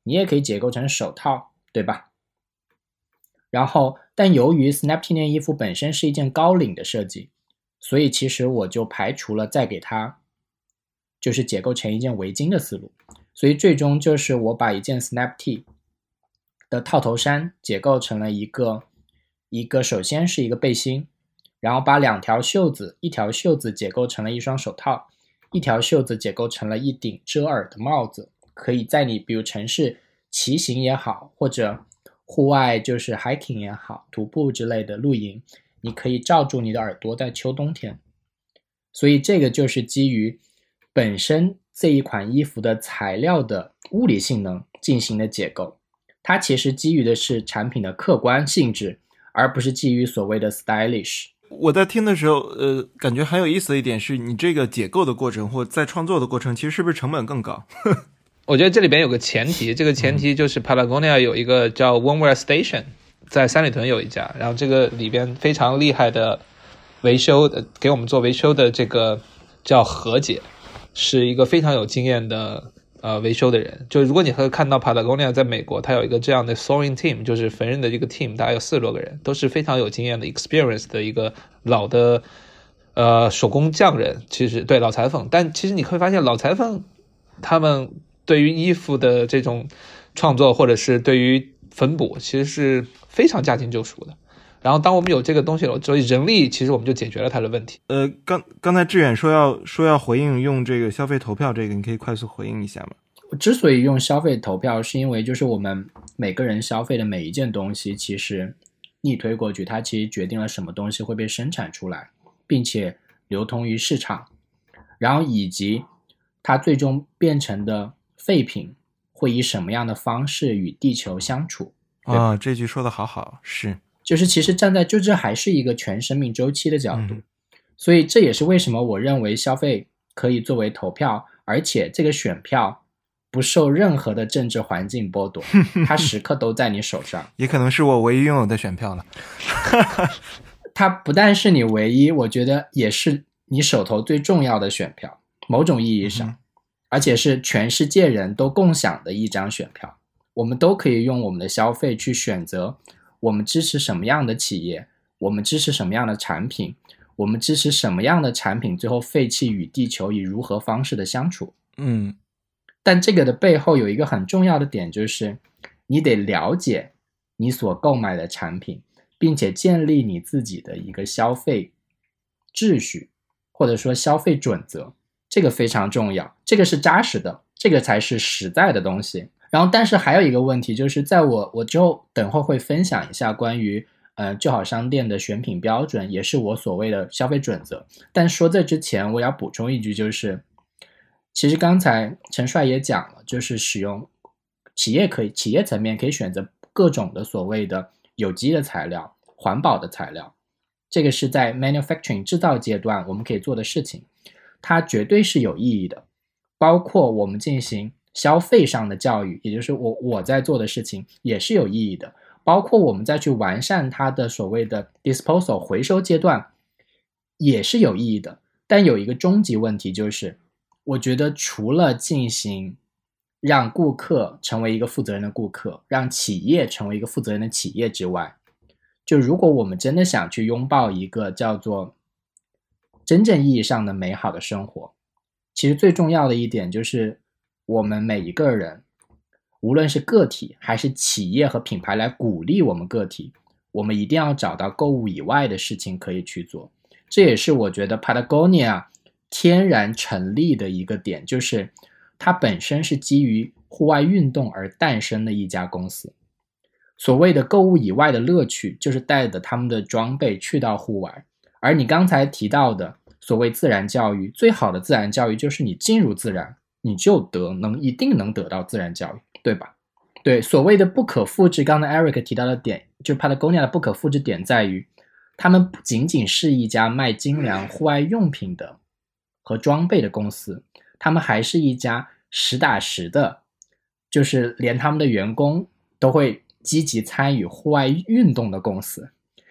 你也可以解构成手套，对吧？然后，但由于 Snap 纪念衣服本身是一件高领的设计，所以其实我就排除了再给它就是解构成一件围巾的思路。所以最终就是我把一件 Snap T 的套头衫解构成了一个一个首先是一个背心，然后把两条袖子，一条袖子解构成了一双手套，一条袖子解构成了一顶遮耳的帽子，可以在你比如城市骑行也好，或者户外就是 hiking 也好，徒步之类的露营，你可以罩住你的耳朵在秋冬天。所以这个就是基于本身这一款衣服的材料的物理性能进行的解构，它其实基于的是产品的客观性质，而不是基于所谓的 stylish。 我在听的时候呃，感觉很有意思的一点是，你这个解构的过程或在创作的过程其实是不是成本更高？ 我觉得这里边有个前提，这个前提就是 Patagonia 有一个叫 OneWear Station， 在三里屯有一家，然后这个里边非常厉害的维修的给我们做维修的这个叫何姐，是一个非常有经验的呃维修的人。就如果你会看到 Patagonia 在美国它有一个这样的 sewing team， 就是缝纫的一个 team， 大概有四十多个人，都是非常有经验的 experience 的一个老的呃手工匠人，其实对老裁缝。但其实你会发现老裁缝他们对于衣服的这种创作或者是对于缝补其实是非常驾轻就熟的。然后当我们有这个东西了，所以人力其实我们就解决了它的问题。 呃，刚刚才志远说要说要回应用这个消费投票，这个你可以快速回应一下吗？ 之所以用消费投票，是因为就是我们每个人消费的每一件东西，其实逆推过去，它其实决定了什么东西会被生产出来，并且流通于市场，然后以及它最终变成的废品会以什么样的方式与地球相处。 啊，这句说的好好，是。 就是其实站在就这还是一个全生命周期的角度、嗯、所以这也是为什么我认为消费可以作为投票，而且这个选票不受任何的政治环境剥夺，它时刻都在你手上。 也可能是我唯一拥有的选票了。 它不但是你唯一，我觉得也是你手头最重要的选票，某种意义上、嗯、而且是全世界人都共享的一张选票。我们都可以用我们的消费去选择我们支持什么样的企业，我们支持什么样的产品，我们支持什么样的产品最后废弃与地球以如何方式的相处。 嗯， 但这个的背后有一个很重要的点，就是你得了解你所购买的产品，并且建立你自己的一个消费秩序，或者说消费准则，这个非常重要，这个是扎实的，这个才是实在的东西。然后但是还有一个问题，就是在我我之后等会会分享一下关于呃就好商店的选品标准，也是我所谓的消费准则。但说这之前我要补充一句，就是其实刚才陈帅也讲了，就是使用企业可以企业层面可以选择各种的所谓的有机的材料，环保的材料，这个是在 manufacturing 制造阶段我们可以做的事情，它绝对是有意义的。包括我们进行消费上的教育，也就是我我在做的事情也是有意义的，包括我们再去完善它的所谓的 disposal 回收阶段也是有意义的。但有一个终极问题，就是我觉得除了进行让顾客成为一个负责任的顾客，让企业成为一个负责任的企业之外，就如果我们真的想去拥抱一个叫做真正意义上的美好的生活，其实最重要的一点就是我们每一个人，无论是个体还是企业和品牌来鼓励我们个体，我们一定要找到购物以外的事情可以去做。这也是我觉得 Patagonia 天然成立的一个点，就是它本身是基于户外运动而诞生的一家公司。所谓的购物以外的乐趣，就是带着他们的装备去到户外。而你刚才提到的所谓自然教育，最好的自然教育就是你进入自然，你就得能一定能得到自然教育，对吧？对，所谓的不可复制，刚才 Eric 提到的点，就 Patagonia 的不可复制点在于，他们不仅仅是一家卖精良户外用品的和装备的公司，他们还是一家实打实的，就是连他们的员工都会积极参与户外运动的公司。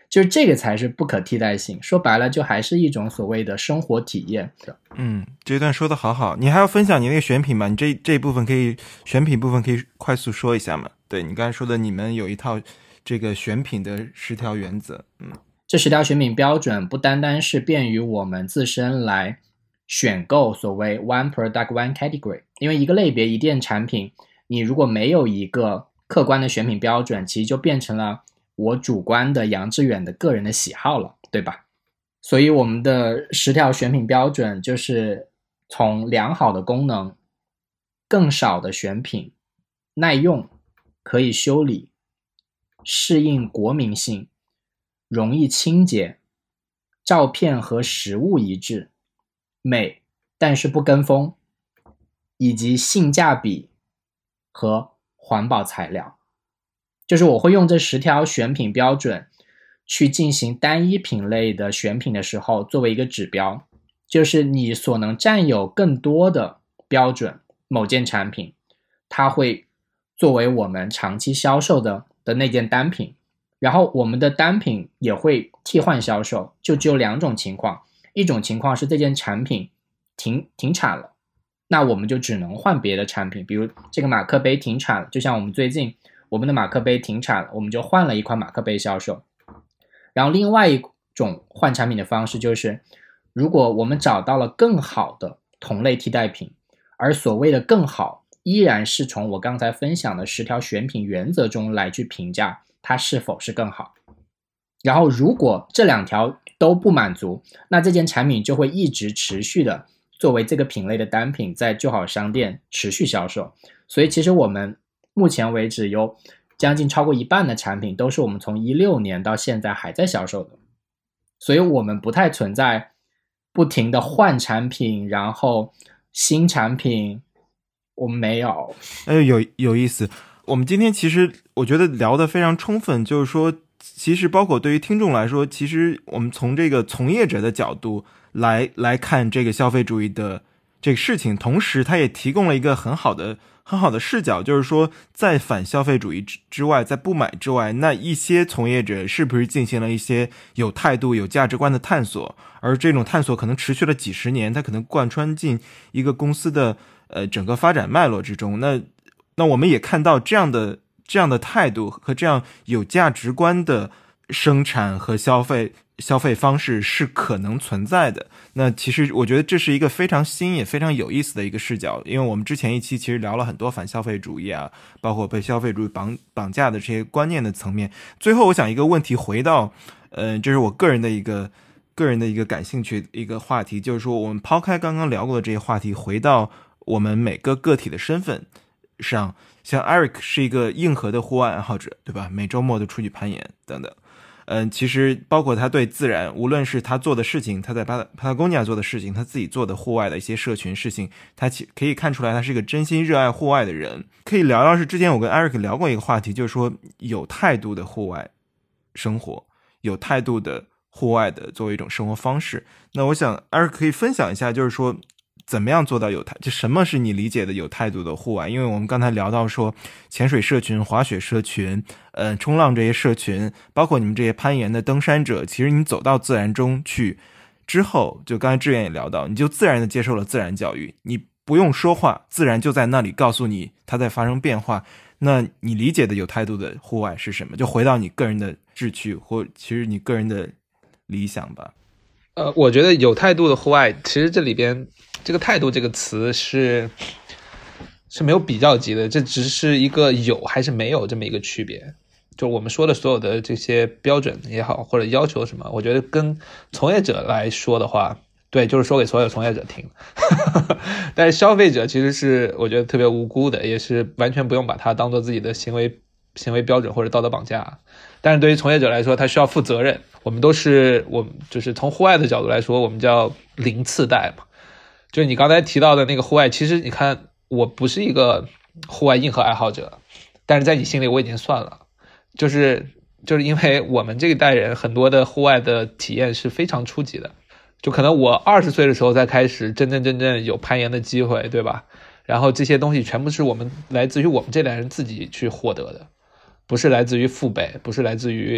就是这个才是不可替代性，说白了就还是一种所谓的生活体验。 嗯，这段说的好好，你还要分享你那个选品吗？你这这一部分可以选品部分可以快速说一下吗？对，你刚才说的你们有一套这个选品的十条原则。嗯， 这十条选品标准不单单是便于我们自身来选购所谓 one product one category， 因为一个类别一件产品，你如果没有一个客观的选品标准，其实就变成了我主观的杨致远的个人的喜好了，对吧？所以我们的十条选品标准就是从良好的功能、更少的选品、耐用、可以修理、适应国民性、容易清洁、照片和实物一致、美但是不跟风，以及性价比和环保材料。就是我会用这十条选品标准去进行单一品类的选品的时候作为一个指标，就是你所能占有更多的标准某件产品，它会作为我们长期销售的的那件单品，然后我们的单品也会替换销售，就只有两种情况，一种情况是这件产品停停产了，那我们就只能换别的产品，比如这个马克杯停产了，就像我们最近我们的马克杯停产了，我们就换了一款马克杯销售。然后另外一种换产品的方式就是，如果我们找到了更好的同类替代品，而所谓的更好依然是从我刚才分享的十条选品原则中来去评价它是否是更好。然后如果这两条都不满足，那这件产品就会一直持续的作为这个品类的单品在就好商店持续销售。所以其实我们目前为止有将近超过一半的产品都是我们从一六年到现在还在销售的，所以我们不太存在不停的换产品，然后新产品我们没有。 哎，有有意思。我们今天其实我觉得聊得非常充分，就是说其实包括对于听众来说，其实我们从这个从业者的角度来来看这个消费主义的这个事情，同时它也提供了一个很好的很好的视角，就是说在反消费主义之外，在不买之外，那一些从业者是不是进行了一些有态度有价值观的探索，而这种探索可能持续了几十年，它可能贯穿进一个公司的呃整个发展脉络之中。那那我们也看到这样的这样的态度和这样有价值观的生产和消费消费方式是可能存在的。那其实我觉得这是一个非常新也非常有意思的一个视角，因为我们之前一期其实聊了很多反消费主义啊，包括被消费主义绑绑架的这些观念的层面。最后我想一个问题回到呃这是我个人的一个个人的一个感兴趣的一个话题，就是说我们抛开刚刚聊过的这些话题，回到我们每个个体的身份上。像 Eric 是一个硬核的户外爱好者，对吧？每周末都出去攀岩等等。嗯，其实包括他对自然，无论是他做的事情，他在帕帕塔哥尼亚做的事情，他自己做的户外的一些社群事情，他可以看出来他是一个真心热爱户外的人。可以聊聊是之前我跟 Eric 聊过一个话题，就是说有态度的户外生活，有态度的户外的作为一种生活方式。那我想 Eric 可以分享一下，就是说怎么样做到有态，就什么是你理解的有态度的户外？因为我们刚才聊到说潜水社群、滑雪社群、呃冲浪这些社群，包括你们这些攀岩的登山者，其实你走到自然中去之后，就刚才志远也聊到，你就自然的接受了自然教育，你不用说话，自然就在那里告诉你它在发生变化。那你理解的有态度的户外是什么？就回到你个人的志趣，或其实你个人的理想吧。 呃，我觉得有态度的户外，其实这里边这个态度这个词是是没有比较级的，这只是一个有还是没有这么一个区别。就我们说的所有的这些标准也好，或者要求什么，我觉得跟从业者来说的话，对，就是说给所有从业者听。但是消费者其实是我觉得特别无辜的，也是完全不用把它当做自己的行为行为标准或者道德绑架。但是对于从业者来说，他需要负责任。我们都是我们就是从户外的角度来说，我们叫零次贷嘛。就是你刚才提到的那个户外，其实你看我不是一个户外硬核爱好者，但是在你心里我已经算了。就是就是因为我们这一代人很多的户外的体验是非常初级的，就可能我二十岁的时候才开始真真正正有攀岩的机会，对吧？然后这些东西全部是我们来自于我们这代人自己去获得的，不是来自于父辈，不是来自于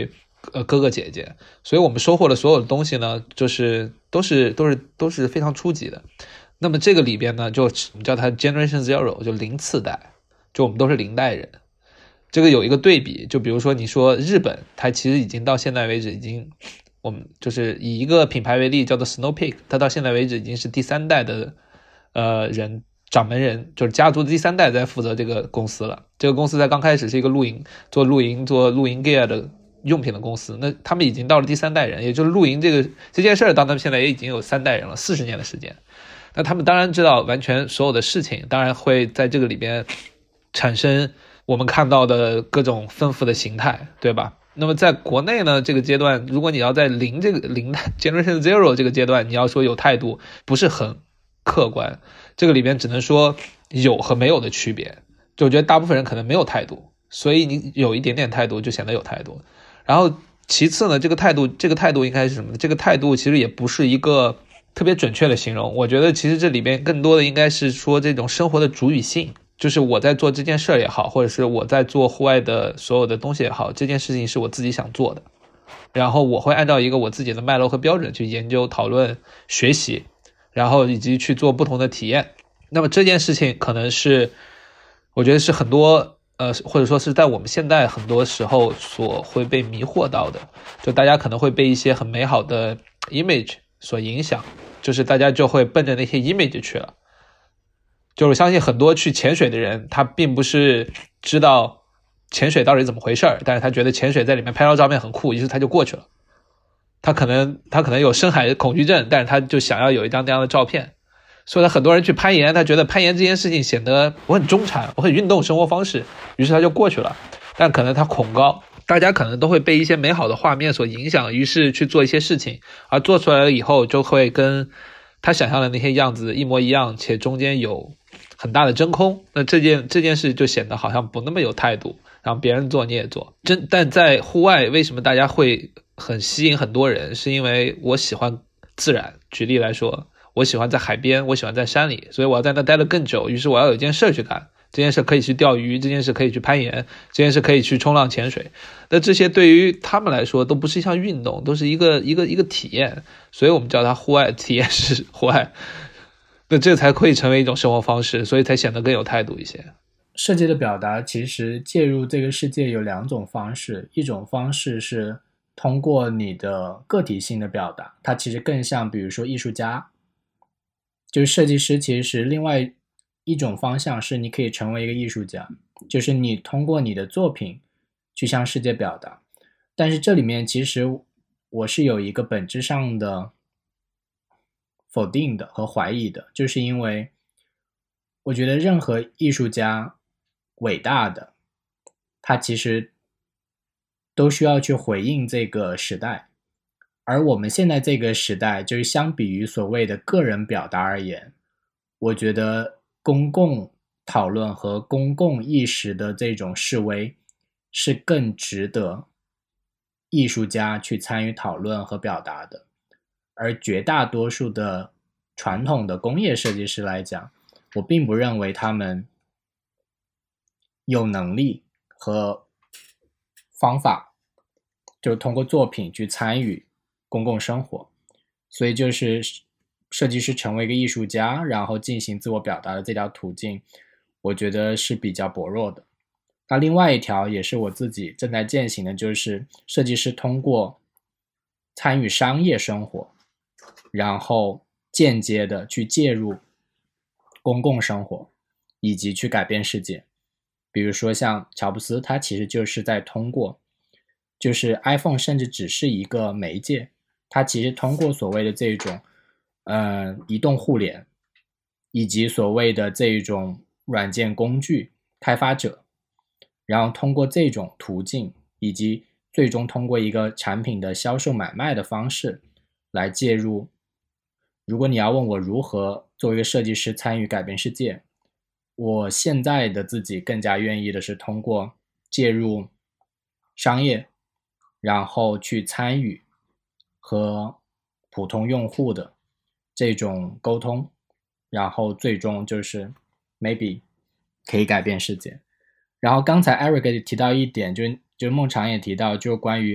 呃哥哥姐姐，所以我们收获的所有的东西呢，就是都是都是都是非常初级的。那么这个里边呢，就叫它 Generation Zero， 就零次代，就我们都是零代人。这个有一个对比，就比如说你说日本，它其实已经到现在为止已经，我们就是以一个品牌为例，叫做 Snow Peak， 它到现在为止已经是第三代的呃人掌门人，就是家族的第三代在负责这个公司了。这个公司在刚开始是一个露营做露营做露营 gear 的用品的公司，那他们已经到了第三代人，也就是露营这个这件事儿，到他们现在也已经有三代人了，四十年的时间。那他们当然知道完全所有的事情，当然会在这个里边产生我们看到的各种丰富的形态，对吧？那么在国内呢，这个阶段，如果你要在零这个零 Generation Zero 这个阶段，你要说有态度，不是很客观，这个里边只能说有和没有的区别。就我觉得大部分人可能没有态度，所以你有一点点态度就显得有态度。然后其次呢，这个态度，这个态度应该是什么呢？这个态度其实也不是一个特别准确的形容，我觉得其实这里边更多的应该是说这种生活的主语性。就是我在做这件事也好，或者是我在做户外的所有的东西也好，这件事情是我自己想做的，然后我会按照一个我自己的脉络和标准去研究、讨论、学习，然后以及去做不同的体验。那么这件事情可能是我觉得是很多呃，或者说是在我们现在很多时候所会被迷惑到的，就大家可能会被一些很美好的 image 所影响，就是大家就会奔着那些 image 去了。就是我相信很多去潜水的人，他并不是知道潜水到底怎么回事儿，但是他觉得潜水在里面拍照照片很酷，于是他就过去了。他可能他可能有深海恐惧症，但是他就想要有一张这样的照片。所以很多人去攀岩，他觉得攀岩这件事情显得我很中产，我很运动生活方式，于是他就过去了。但可能他恐高，大家可能都会被一些美好的画面所影响，于是去做一些事情，而做出来了以后就会跟他想象的那些样子一模一样，且中间有很大的真空。那这件这件事就显得好像不那么有态度，然后别人做你也做。真但在户外，为什么大家会很吸引很多人？是因为我喜欢自然。举例来说，我喜欢在海边，我喜欢在山里，所以我要在那待得更久，于是我要有一件事去干。这件事可以去钓鱼，这件事可以去攀岩，这件事可以去冲浪潜水。那这些对于他们来说都不是一项运动，都是一个一个一个体验，所以我们叫它户外体验式户外。那这才会成为一种生活方式，所以才显得更有态度一些。 设计的表达其实介入这个世界有两种方式，一种方式是通过你的个体性的表达，它其实更像比如说艺术家，就是设计师其实是另外一种方向，是你可以成为一个艺术家，就是你通过你的作品去向世界表达。但是这里面其实我是有一个本质上的否定的和怀疑的，就是因为我觉得任何艺术家伟大的，他其实都需要去回应这个时代。而我们现在这个时代，就是相比于所谓的个人表达而言，我觉得公共讨论和公共意识的这种示威是更值得艺术家去参与讨论和表达的。而绝大多数的传统的工业设计师来讲，我并不认为他们有能力和方法，就通过作品去参与公共生活。所以就是设计师成为一个艺术家，然后进行自我表达的这条途径，我觉得是比较薄弱的。那另外一条也是我自己正在践行的，就是设计师通过参与商业生活，然后间接的去介入公共生活，以及去改变世界。比如说像乔布斯，他其实就是在通过，就是 iPhone 甚至只是一个媒介，他其实通过所谓的这种呃移动互联，以及所谓的这种软件工具开发者，然后通过这种途径，以及最终通过一个产品的销售买卖的方式来介入。如果你要问我如何作为一个设计师参与改变世界，我现在的自己更加愿意的是通过介入商业，然后去参与和普通用户的这种沟通，然后最终就是 maybe 可以改变世界。然后刚才 Eric 提到一点，就就是孟尝也提到，就关于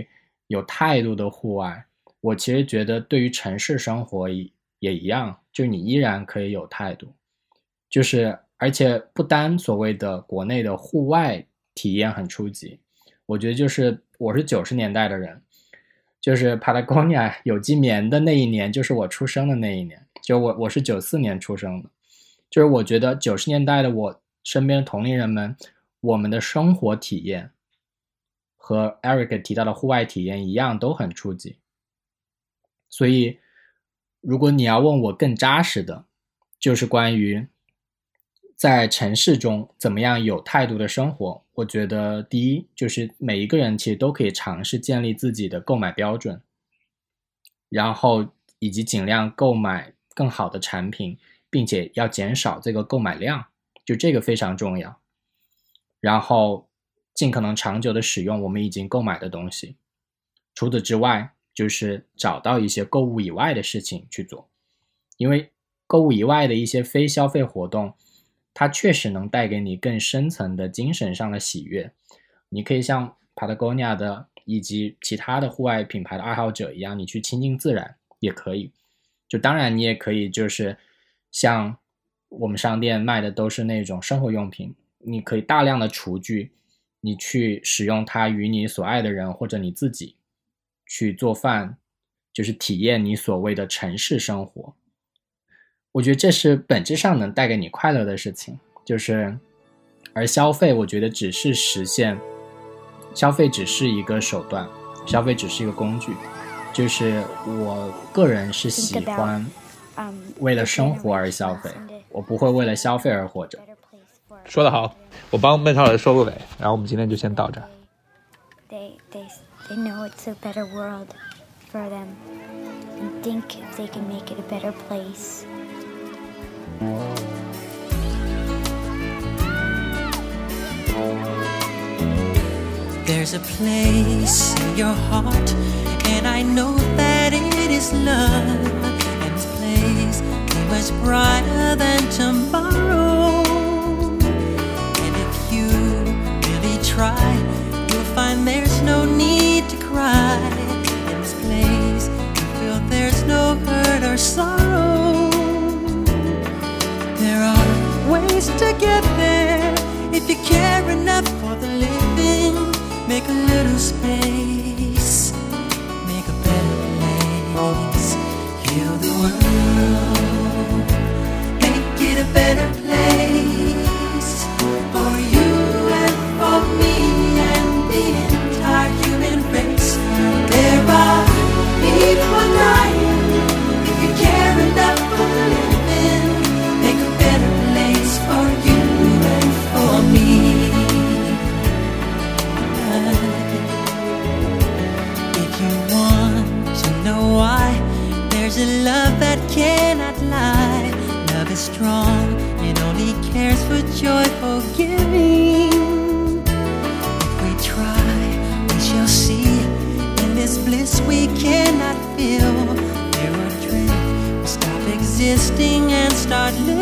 有态度的户外，我其实觉得对于城市生活也一样，就你依然可以有态度，就是而且不单所谓的国内的户外体验很初级，我觉得就是我是九十年代的人，就是 Patagonia 有机棉的那一年就是我出生的那一年，就我我是九四年出生的，就是我觉得九十年代的我身边的同龄人们，我们的生活体验和 Eric 提到的户外体验一样都很初级。所以如果你要问我更扎实的，就是关于在城市中怎么样有态度的生活，我觉得第一就是每一个人其实都可以尝试建立自己的购买标准，然后以及尽量购买更好的产品，并且要减少这个购买量，就这个非常重要。然后尽可能长久的使用我们已经购买的东西。除此之外，就是找到一些购物以外的事情去做，因为购物以外的一些非消费活动，它确实能带给你更深层的精神上的喜悦。你可以像 Patagonia 的以及其他的户外品牌的爱好者一样，你去亲近自然也可以。就当然你也可以就是像我们商店卖的都是那种生活用品，你可以大量的厨具，你去使用它与你所爱的人或者你自己去做饭，就是体验你所谓的城市生活。我觉得这是本质上能带给你快乐的事情，就是而消费我觉得只是实现，消费只是一个手段，消费只是一个工具，就是我个人是喜欢为了生活而消费，我不会为了消费而活着。 说得好，我帮闷超老师收个尾，然后我们今天就先到这儿。 They, they, they know it's a better world for them and think if they can make it a better place. There's a place in your heart, and I know that it is love, and this place is much brighter than tomorrow. And if you really try, you'll find there's no need to cry. In this place, you feel there's no hurt or sorrow. There are ways to get there if you care enough for the living. Make a little space, make a better place. Heal the world, make it a better place for you and for me and the entire human race. There are people dying. If you care enough for the living, make a better place for you and for me. If you want to know why, there's a love that cannot lie. Love is strong, it only cares for joyful giving. If we try, we shall see. In this bliss we cannot feel. Fear or dread will stop existing and start living.